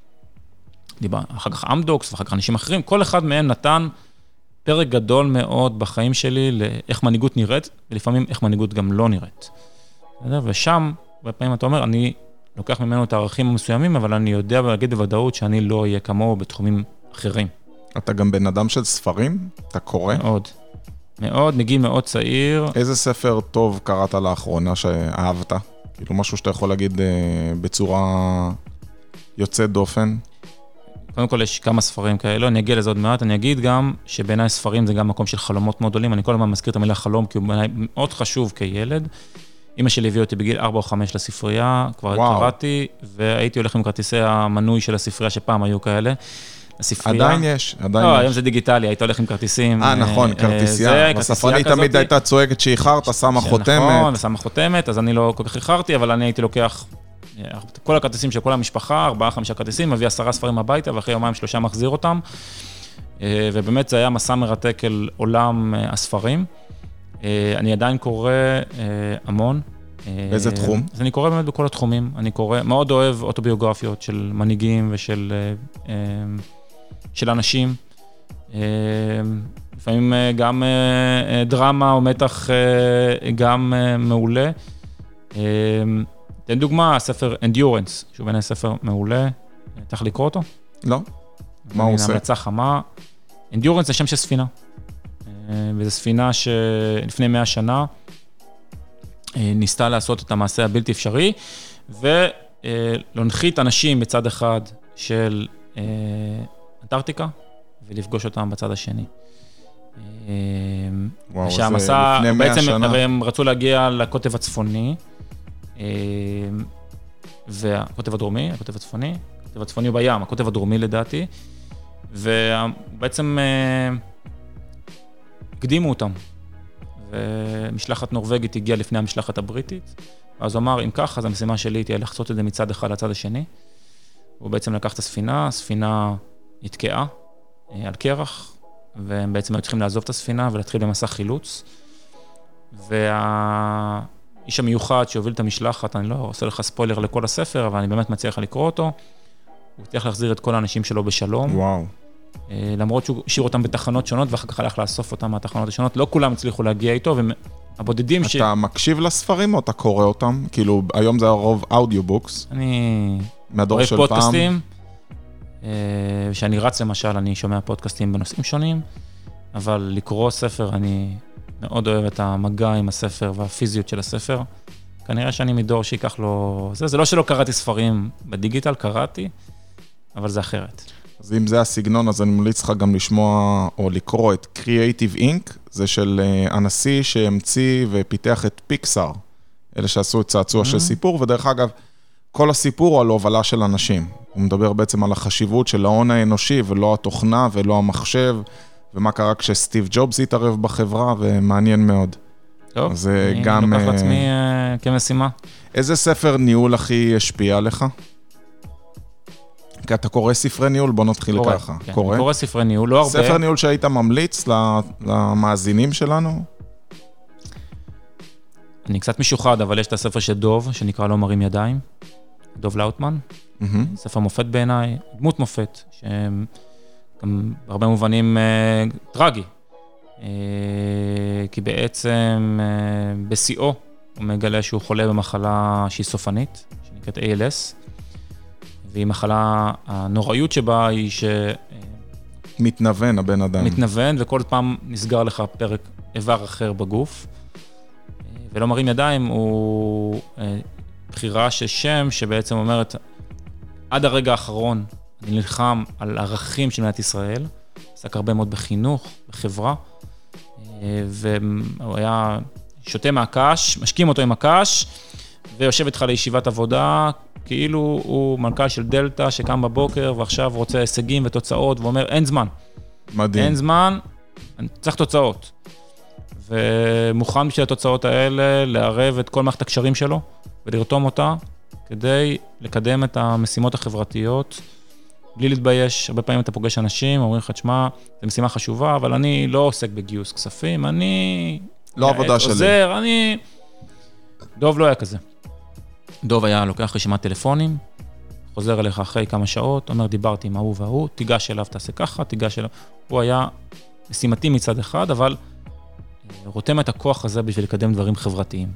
אחר כך אמדוקס, ואחר כך אנשים אחרים, כל אחד מהם נתן פרק גדול מאוד בחיים שלי, לאיך מנהיגות נראית, ולפעמים איך מנהיגות גם לא נראית. ושם, בפעמים אתה אומר, אני לוקח ממנו את הערכים המסוימים, אבל אני יודע להגיד בוודאות שאני לא אהיה כמוהו בתחומים אחרים. אתה גם בן אדם של ספרים? אתה קורא? מאוד. מאוד, מגיל מאוד צעיר. איזה ספר טוב קראת לאחרונה שאהבת? כאילו משהו שאתה יכול להגיד בצורה יוצאת דופן? קודם כל יש כמה ספרים כאלו, אני אגיע לזה עוד מעט, אני אגיד גם שבעיניי ספרים זה גם מקום של חלומות מאוד גדולים, אני כל הזמן מזכיר את המילה חלום, כי הוא בעיניי מאוד חשוב כילד. אמא שלי הביאה אותי בגיל 4 או 5 לספרייה, כבר קראתי, והייתי הולך עם כרטיסי המנוי של הספרייה שפעם היו כאלה. הספרייה. עדיין יש, עדיין לא, יש. היום זה דיגיטלי, היית הולך עם כרטיסים. נכון, כרטיסייה. בספרנית תמיד הייתה צועקת שאיחרת, שמה חותמת. נכון, ושמה חותמת, אז אני לא כל כך איחרתי, אבל אני הייתי לוקח כל הכרטיסים של כל המשפחה, 4-5 כרטיסים, מביא 10 ספרים הביתה, ואחרי 2-3 מחזיר אותם. ובאמת זה היה מסע מרתק אל עולם הספרים. אני עדיין קורא המון. באיזה תחום? אז אני קורא באמת בכל התחומים. אני קורא, מאוד אוהב אוטוביוגרפיות של מנהיגים ושל אנשים. לפעמים גם דרמה או מתח גם מעולה. תן דוגמה, הספר Endurance, שהוא בעיניי ספר מעולה. צריך לקרוא אותו? לא. מה הוא עושה? המלצה חמה. Endurance זה שם של ספינה. וזו ספינה שלפני 100 שנה ניסתה לעשות את המעשה הבלתי אפשרי, ולהנחית אנשים בצד אחד של אנטארקטיקה, ולפגוש אותם בצד השני. וואו, זה לפני 100 בעצם שנה. הם רצו להגיע לקוטב הצפוני, והקוטב הדרומי, הקוטב הצפוני הוא בים, הקוטב הדרומי לדעתי, ובעצם הקדימו אותם, ומשלחת נורווגית הגיעה לפני המשלחת הבריטית, ואז הוא אמר, אם כך, אז המשימה שלי תהיה לחצות את זה מצד אחד לצד השני, הוא בעצם לקח את הספינה נתקעה על קרח, והם בעצם היו צריכים לעזוב את הספינה ולהתחיל במסע חילוץ, והאיש המיוחד שהוביל את המשלחת, אני לא עושה לך ספוילר לכל הספר, אבל אני באמת מציע לך לקרוא אותו, הוא הצליח להחזיר את כל האנשים שלו בשלום. וואו. למרות שהוא השאיר אותם בתחנות שונות, ואחר כך הלך לאסוף אותם מהתחנות השונות, לא כולם הצליחו להגיע איתו, והבודדים אתה מקשיב לספרים או אתה קורא אותם? כאילו, היום זה הרוב אודיובוקס. אני מהדור אוהב של פודקאסטים, שאני רץ למשל, אני שומע פודקאסטים בנושאים שונים, אבל לקרוא ספר, אני מאוד אוהב את המגע עם הספר והפיזיות של הספר. כנראה שאני מדור שיקח לו... זה לא שלא קראתי ספרים בדיגיטל, קראתי, אבל זה אחרת. אז אם זה הסגנון, אז אני ממליץ לך גם לשמוע או לקרוא את Creative Inc. זה של הנשיא שהמציא ופיתח את פיקסאר. אלה שעשו את צעצוע של סיפור, ודרך אגב, כל הסיפור הוא על הובלה של אנשים. הוא מדבר בעצם על החשיבות של ההון האנושי, ולא התוכנה ולא המחשב, ומה קרה כשסטיב ג'ובס התערב בחברה, ומעניין מאוד. טוב, אני לוקח לעצמי כמשימה. איזה ספר ניהול הכי השפיע עליך? כי אתה קורא ספרי ניהול, בוא נתחיל ככה. כן, אני קורא ספרי ניהול, לא הרבה. ספר ניהול שהיית ממליץ למאזינים שלנו? אני קצת משוחד, אבל יש את הספר של דוב, שנקרא לא מרים ידיים, דוב לאוטמן. ספר מופת בעיניי, דמות מופת, שגם בהרבה מובנים טרגי. כי בעצם בשיאו הוא מגלה שהוא חולה במחלה שהיא סופנית, שנקראת ALS, והיא מחלה, הנוראיות שבה היא מתנוון הבן אדם. מתנוון, וכל פעם נסגר לך פרק איבר אחר בגוף. ולא מרים ידיים הוא בחירה של שם שבעצם אומרת, עד הרגע האחרון אני נלחם על ערכים של מדינת ישראל, עסק הרבה מאוד בחינוך, בחברה, והוא היה שותה מהקש, משקים אותו עם הקש, ויושב איתך לישיבת עבודה, כאילו הוא מנכ"ל של דלטה שקם בבוקר ועכשיו רוצה הישגים ותוצאות, ואומר אין זמן. מדהים. אין זמן, אני צריך תוצאות. ומוכן בשביל התוצאות האלה לערב את כל מערכת הקשרים שלו, ולרתום אותה כדי לקדם את המשימות החברתיות, בלי להתבייש. הרבה פעמים אתה פוגש אנשים, אומרים לך, תשמע, זו משימה חשובה, אבל אני לא עוסק בגיוס כספים, אני... לא עבודה שלי. עוזר, אני... דוב לא היה כזה. דוב היה לוקח רשימת טלפונים, חוזר אליך אחרי כמה שעות, אומר, דיברתי עם ההוא וההוא, תיגש אליו, תעשה ככה, תיגש אליו. הוא היה משימתי מצד אחד, אבל רותם את הכוח הזה בשביל לקדם דברים חברתיים.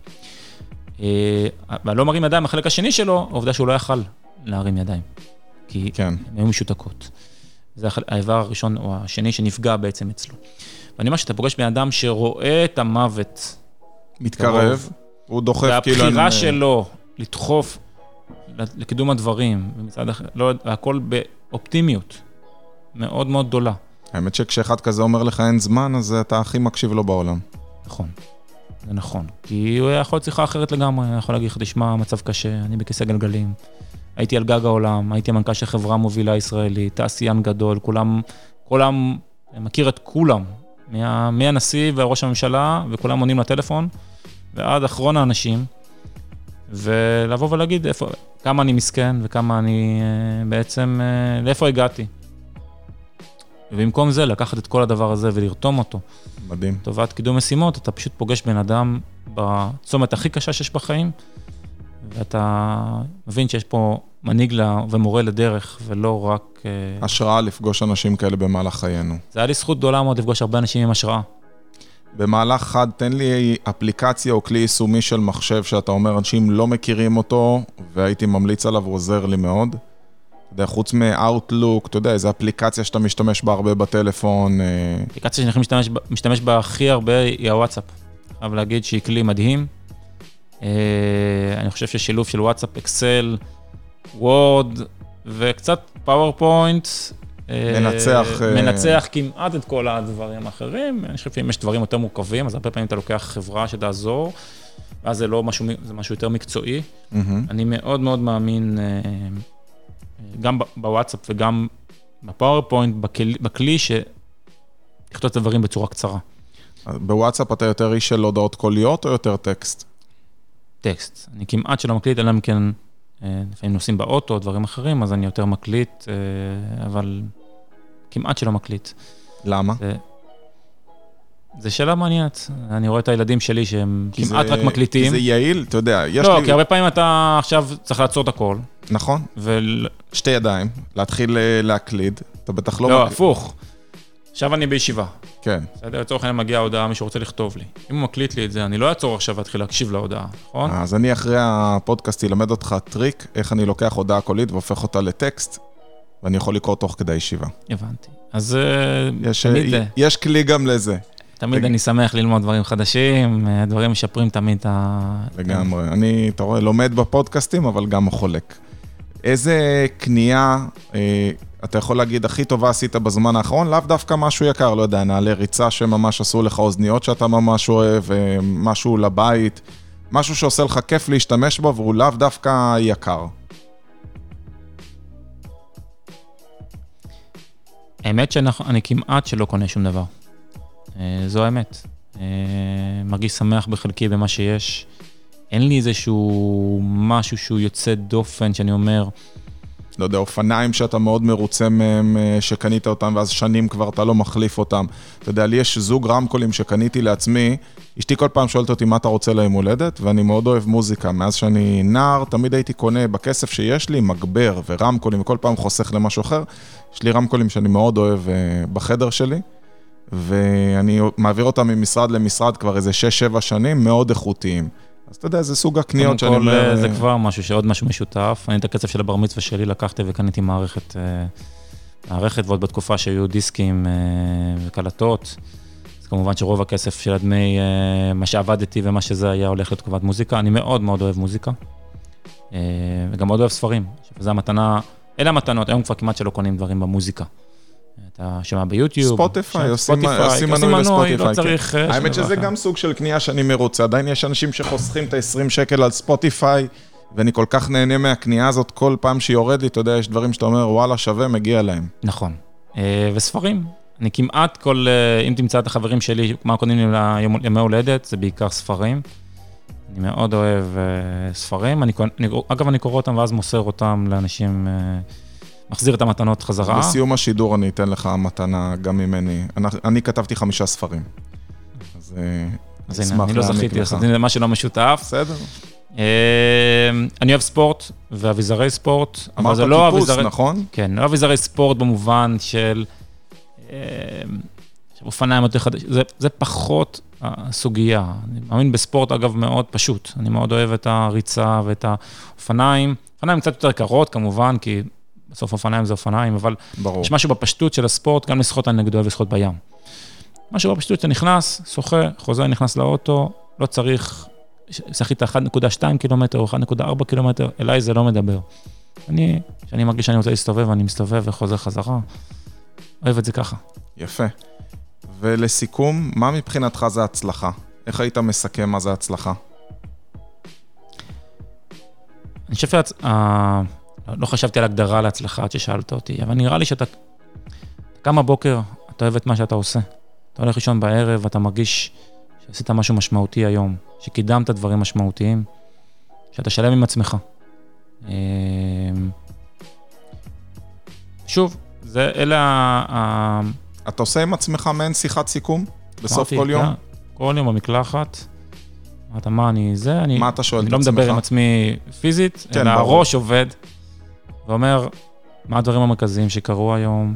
ולא מרים ידיים, החלק השני שלו, העובדה שהוא לא יכל להרים ידיים, כי הם היו משותקות. זה האיבר הראשון או השני שנפגע בעצם אצלו. ואני אומר שאתה פוגש בן אדם שרואה את המוות. מתקרב, הוא דוחף כאילו... והבחירה שלו לדחוף לקידום הדברים, ומצד אחר, הכל באופטימיות מאוד מאוד גדולה. האמת שכשאחד כזה אומר לך אין זמן, אז אתה הכי מקשיב לו בעולם. נכון, זה נכון. כי הוא יכול להיות שיחה אחרת לגמרי, הוא יכול להגיד לך, תשמע, מצב קשה, אני בכיסא גלגלים, הייתי על גג העולם, הייתי המנכ"ל של חברה מובילה ישראלית, תעשיין גדול, כולם, מכיר את כולם, מהנשיא וראש הממשלה, וכולם עונים לטלפון, ועד אחרון האנשים, ולבוא ולהגיד כמה אני מסכן, וכמה אני בעצם, לאיפה הגעתי. ובמקום זה, לקחת את כל הדבר הזה ולרתום אותו. מדהים. טובת קידום משימות, אתה פשוט פוגש בן אדם בצומת הכי קשה שיש בחיים, ואתה מבין שיש פה מנהיג ומורה לדרך, ולא רק... השראה לפגוש אנשים כאלה במהלך חיינו. זה היה לי זכות גדולה מאוד לפגוש הרבה אנשים עם השראה. במהלך חד, תן לי אפליקציה או כלי יישומי של מחשב, שאתה אומר, אנשים לא מכירים אותו, והייתי ממליץ עליו, הוא עוזר לי מאוד. אתה יודע, חוץ מ-Outlook, אתה יודע, איזו אפליקציה שאתה משתמש בה הרבה בטלפון. אפליקציה שאני משתמש בה הכי הרבה היא הוואטסאפ. חייב להגיד שהיא כלי מדהים. אני חושב ששילוב של וואטסאפ, אקסל, וורד, וקצת פאורפוינט. מנצח כמעט את כל הדברים האחרים. אני חושב שאם יש דברים יותר מורכבים, אז הרבה פעמים אתה לוקח חברה שתעזור, ואז זה לא משהו, זה משהו יותר מקצועי. אני מאוד מאוד מאמין... גם בוואטסאפ וגם בפאורפוינט, בכלי שתכתוב את הדברים בצורה קצרה. בוואטסאפ אתה יותר איש של הודעות קוליות או יותר טקסט? טקסט. אני כמעט שלא מקליט, אלא אם כן, לפעמים נוסעים באוטו או דברים אחרים, אז אני יותר מקליט, אבל כמעט שלא מקליט. למה? זה שאלה מעניינת. אני רואה את הילדים שלי שהם כמעט רק מקליטים. כי זה יעיל, אתה יודע. לא, כי הרבה פעמים אתה עכשיו צריך לעצור את הכל. נכון. שתי ידיים, להתחיל להקליד, אתה בטח לא... לא, הפוך. עכשיו אני בישיבה. כן. בסדר, לצורך העניין מגיעה ההודעה, מי שרוצה לכתוב לי. אם הוא מקליט לי את זה, אני לא אעצור עכשיו להתחיל להקשיב להודעה, נכון? אז אני אחרי הפודקאסט ילמד אותך טריק, איך אני לוקח הודעה קולית והופך אותה לטקסט, ואני יכול לקרוא תוך כדי ישיבה. הבנתי. אז יש כלי גם לזה. תמיד אני שמח ללמוד דברים חדשים, דברים משפרים תמיד את לגמרי. אני, אתה רואה, לומד בפודקאסטים, אבל גם חולק. איזה קנייה אתה יכול להגיד, הכי טובה עשית בזמן האחרון, לאו דווקא משהו יקר, לא יודע, נעלי ריצה שממש עשו לך אוזניות שאתה ממש אוהב, משהו לבית, משהו שעושה לך כיף להשתמש בו, והוא לאו דווקא יקר. האמת שאני כמעט שלא קונה שום דבר. זו האמת. מרגיש שמח בחלקי במה שיש. אין לי איזשהו משהו שהוא יוצא דופן, שאני אומר... לא יודע, אופניים שאתה מאוד מרוצה מהם, שקנית אותם, ואז שנים כבר אתה לא מחליף אותם. אתה יודע, לי יש זוג רמקולים שקניתי לעצמי, אשתי כל פעם שואלת אותי מה אתה רוצה ליום הולדת, ואני מאוד אוהב מוזיקה. מאז שאני נער, תמיד הייתי קונה בכסף שיש לי, מגבר ורמקולים, וכל פעם חוסך למשהו אחר. יש לי רמקולים שאני מאוד אוהב בחדר שלי, ואני מעביר אותם ממשרד למשרד כבר איזה 6-7 שנים, מאוד איכותיים. אז אתה יודע, זה סוג הקניות שאני אומר... זה כבר משהו, שעוד משהו משותף. אני את הקצב של הבר מצווה שלי לקחתי וקניתי מערכת, ועוד בתקופה שהיו דיסקים וקלטות. אז כמובן שרוב הכסף של הדמי, מה שעבדתי ומה שזה היה הולך לתקובת מוזיקה. אני מאוד מאוד אוהב מוזיקה, וגם מאוד אוהב ספרים. וזה המתנה, אלה המתנות, היום כבר כמעט שלא קונים דברים במוזיקה. אתה שומע ביוטיוב. ספוטיפיי, עושים מנוי לספוטיפיי. לא צריך... האמת שזה גם סוג של קנייה שאני מרוצה. עדיין יש אנשים שחוסכים את ה-20 שקל על ספוטיפיי, ואני כל כך נהנה מהקנייה הזאת, כל פעם שיורד לי, אתה יודע, יש דברים שאתה אומר, וואלה, שווה, מגיע להם. נכון. וספרים. אני כמעט אם תמצא את החברים שלי, מה קונים לי לימי הולדת, זה בעיקר ספרים. אני מאוד אוהב ספרים. אגב, אני קורא אותם ואז מוסר אותם לאנשים... מחזיר את המתנות חזרה. בסיום השידור אני אתן לך מתנה גם ממני. אני כתבתי 5 ספרים. אז הנה, אני לא זכיתי, אז זה משהו לא משותף. בסדר. אני אוהב ספורט ואביזרי ספורט. אמרת טיפוס, נכון? כן, לא אביזרי ספורט במובן של אופניים יותר חדש. זה פחות הסוגיה. אני מאמין בספורט, אגב, מאוד פשוט. אני מאוד אוהב את הריצה ואת האופניים. אופניים קצת יותר קרות, כמובן, כי... בסוף אופניים זה אופניים, אבל ברור. יש משהו בפשטות של הספורט, גם לשחות על נגדו ולשחות בים. משהו בפשטות, אתה נכנס, שוחה, חוזר, נכנס לאוטו, לא צריך, שחית 1.2 קילומטר או 1.4 קילומטר, אליי זה לא מדבר. כשאני מרגיש שאני רוצה להסתובב, אני מסתובב וחוזר חזרה. אוהב את זה ככה. יפה. ולסיכום, מה מבחינתך זה הצלחה? איך היית מסכם מה זה הצלחה? אני חושב לא חשבתי על הגדרה להצלחה עד ששאלת אותי, אבל נראה לי שאתה קם בבוקר, אתה אוהב את מה שאתה עושה. אתה הולך לישון בערב, אתה מרגיש שעשית משהו משמעותי היום, שקידמת דברים משמעותיים, שאתה שלם עם עצמך. שוב, אתה עושה עם עצמך מעין שיחת סיכום? בסוף כל יום? כל יום במקלחת. מה אתה שואל את עצמך? אני לא מדבר עם עצמי פיזית, אלא הראש עובד. ואומר, מה הדברים המרכזיים שקרו היום?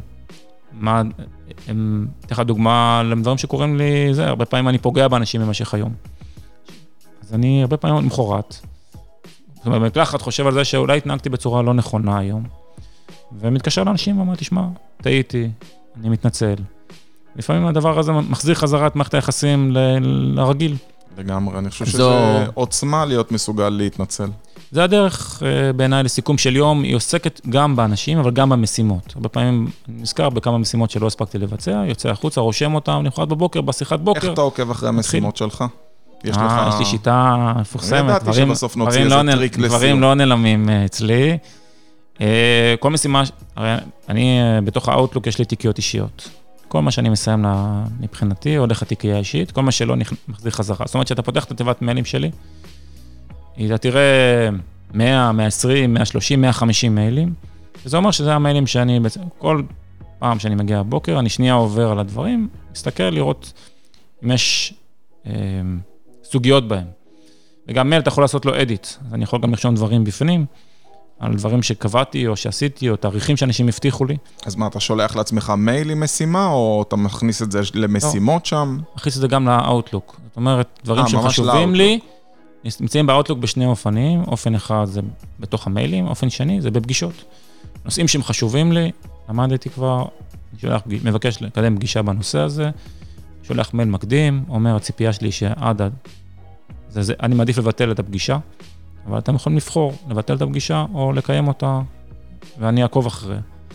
אתן לך דוגמה לדברים שקוראים לי, הרבה פעמים אני פוגע באנשים במשך היום. אז אני הרבה פעמים למחרת, זאת אומרת, במקלחת חושב על זה שאולי התנהגתי בצורה לא נכונה היום, ומתקשר לאנשים ואומר, תשמע, טעיתי, אני מתנצל. לפעמים הדבר הזה מחזיר חזרה את מערכת היחסים לרגיל. לגמרי, אני חושב שזה עוצמה להיות מסוגל להתנצל. זה הדרך בעיניי לסיכום של יום, היא עוסקת גם באנשים, אבל גם במשימות. הרבה פעמים אני נזכר בכמה משימות שלא הספקתי לבצע, יוצא החוצה, רושם אותם, נמחרת בבוקר, בשיחת בוקר. איך אתה עוקב אחרי המשימות שלך? יש לי שיטה מפורסמת. אני ידעתי שבסוף נוציא איזה טריק לסיום. דברים לא נעלמים אצלי. כל משימה, אני בתוך האוטלוק יש לי תיקיות אישיות. כל מה שאני מסיים מבחינתי, הולך לתיקייה אישית, כל מה שלא מחזיר חזרה. זאת אומרת שאתה פותח את התיבת מיילים שלי, אתה תראה 100, 120, 130, 150 מיילים, וזה אומר שזה המיילים שאני, כל פעם שאני מגיע בבוקר, אני שנייה עובר על הדברים, מסתכל לראות אם יש סוגיות בהם. וגם מייל אתה יכול לעשות לו אדיט, אז אני יכול גם לרשום דברים בפנים, על דברים שקבעתי או שעשיתי, או תאריכים שאנשים הבטיחו לי. אז מה, אתה שולח לעצמך מייל עם משימה, או אתה מכניס את זה למשימות שם? מכניס את זה גם לאוטלוק. זאת אומרת, דברים שחשובים לי, נמצאים באוטלוק בשני אופנים, אופן אחד זה בתוך המיילים, אופן שני זה בפגישות. נושאים שהם חשובים לי, למדתי כבר, אני מבקש לקדם פגישה בנושא הזה, שולח מייל מקדים, אומר הציפייה שלי שעד, אני מעדיף לבטל את הפגישה, אבל אתם יכולים לבחור, לבטל את הפגישה או לקיים אותה, ואני אעקוב אחריה.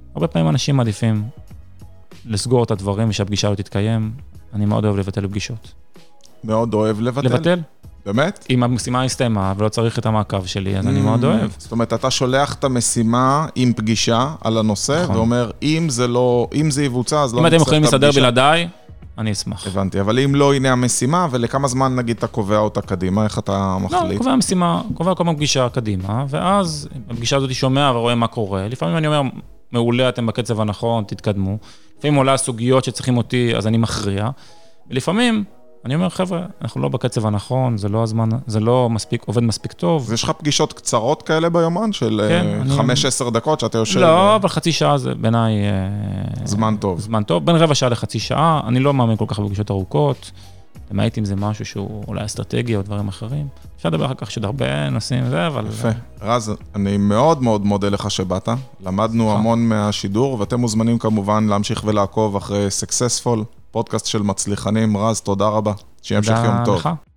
הרבה פעמים אנשים מעדיפים לסגור את הדברים ושהפגישה לא תתקיים. אני מאוד אוהב לבטל פגישות. מאוד אוהב לבטל? לבטל. באמת? אם המשימה הסתיימה ולא צריך את המעקב שלי, אז אני מאוד אוהב. זאת אומרת, אתה שולח את המשימה עם פגישה על הנושא, ואומר, אם זה יבוצע, אז לא אם אתם יכולים נצטרך את לסדר הפגישה. בלעדיי, אני אשמח. הבנתי, אבל אם לא, הנה המשימה, ולכמה זמן נגיד אתה קובע אותה קדימה, איך אתה מחליט? לא, קובע משימה, קובע כל פעם פגישה קדימה, ואז בפגישה הזאת שומע ורואה מה קורה. לפעמים אני אומר, מעולה, אתם בקצב הנכון, תתקדמו. לפעמים עולה סוגיות שצריכים אותי, אז אני מכריע. ולפעמים אני אומר, חבר'ה, אנחנו לא בקצב הנכון, זה לא הזמן, זה לא מספיק, עובד מספיק טוב. אז יש לך פגישות קצרות כאלה ביומן, של 5-10 דקות שאתה יושב? לא, אבל חצי שעה זה בעיניי... זמן טוב. זמן טוב, בין רבע שעה לחצי שעה, אני לא מאמין כל כך בפגישות ארוכות, למעט אם זה משהו שהוא אולי אסטרטגיה או דברים אחרים. אפשר לדבר אחר כך שעוד הרבה נושאים וזה, אבל... יפה. רז, אני מאוד מאוד מודה לך שבאת. למדנו המון מהשידור, ואתם מוזמנים כמובן להמשיך ולעקוב אחרי Successful, פודקאסט של מצליחנים. רז, תודה רבה. שימשיך יום טוב. תודה לך.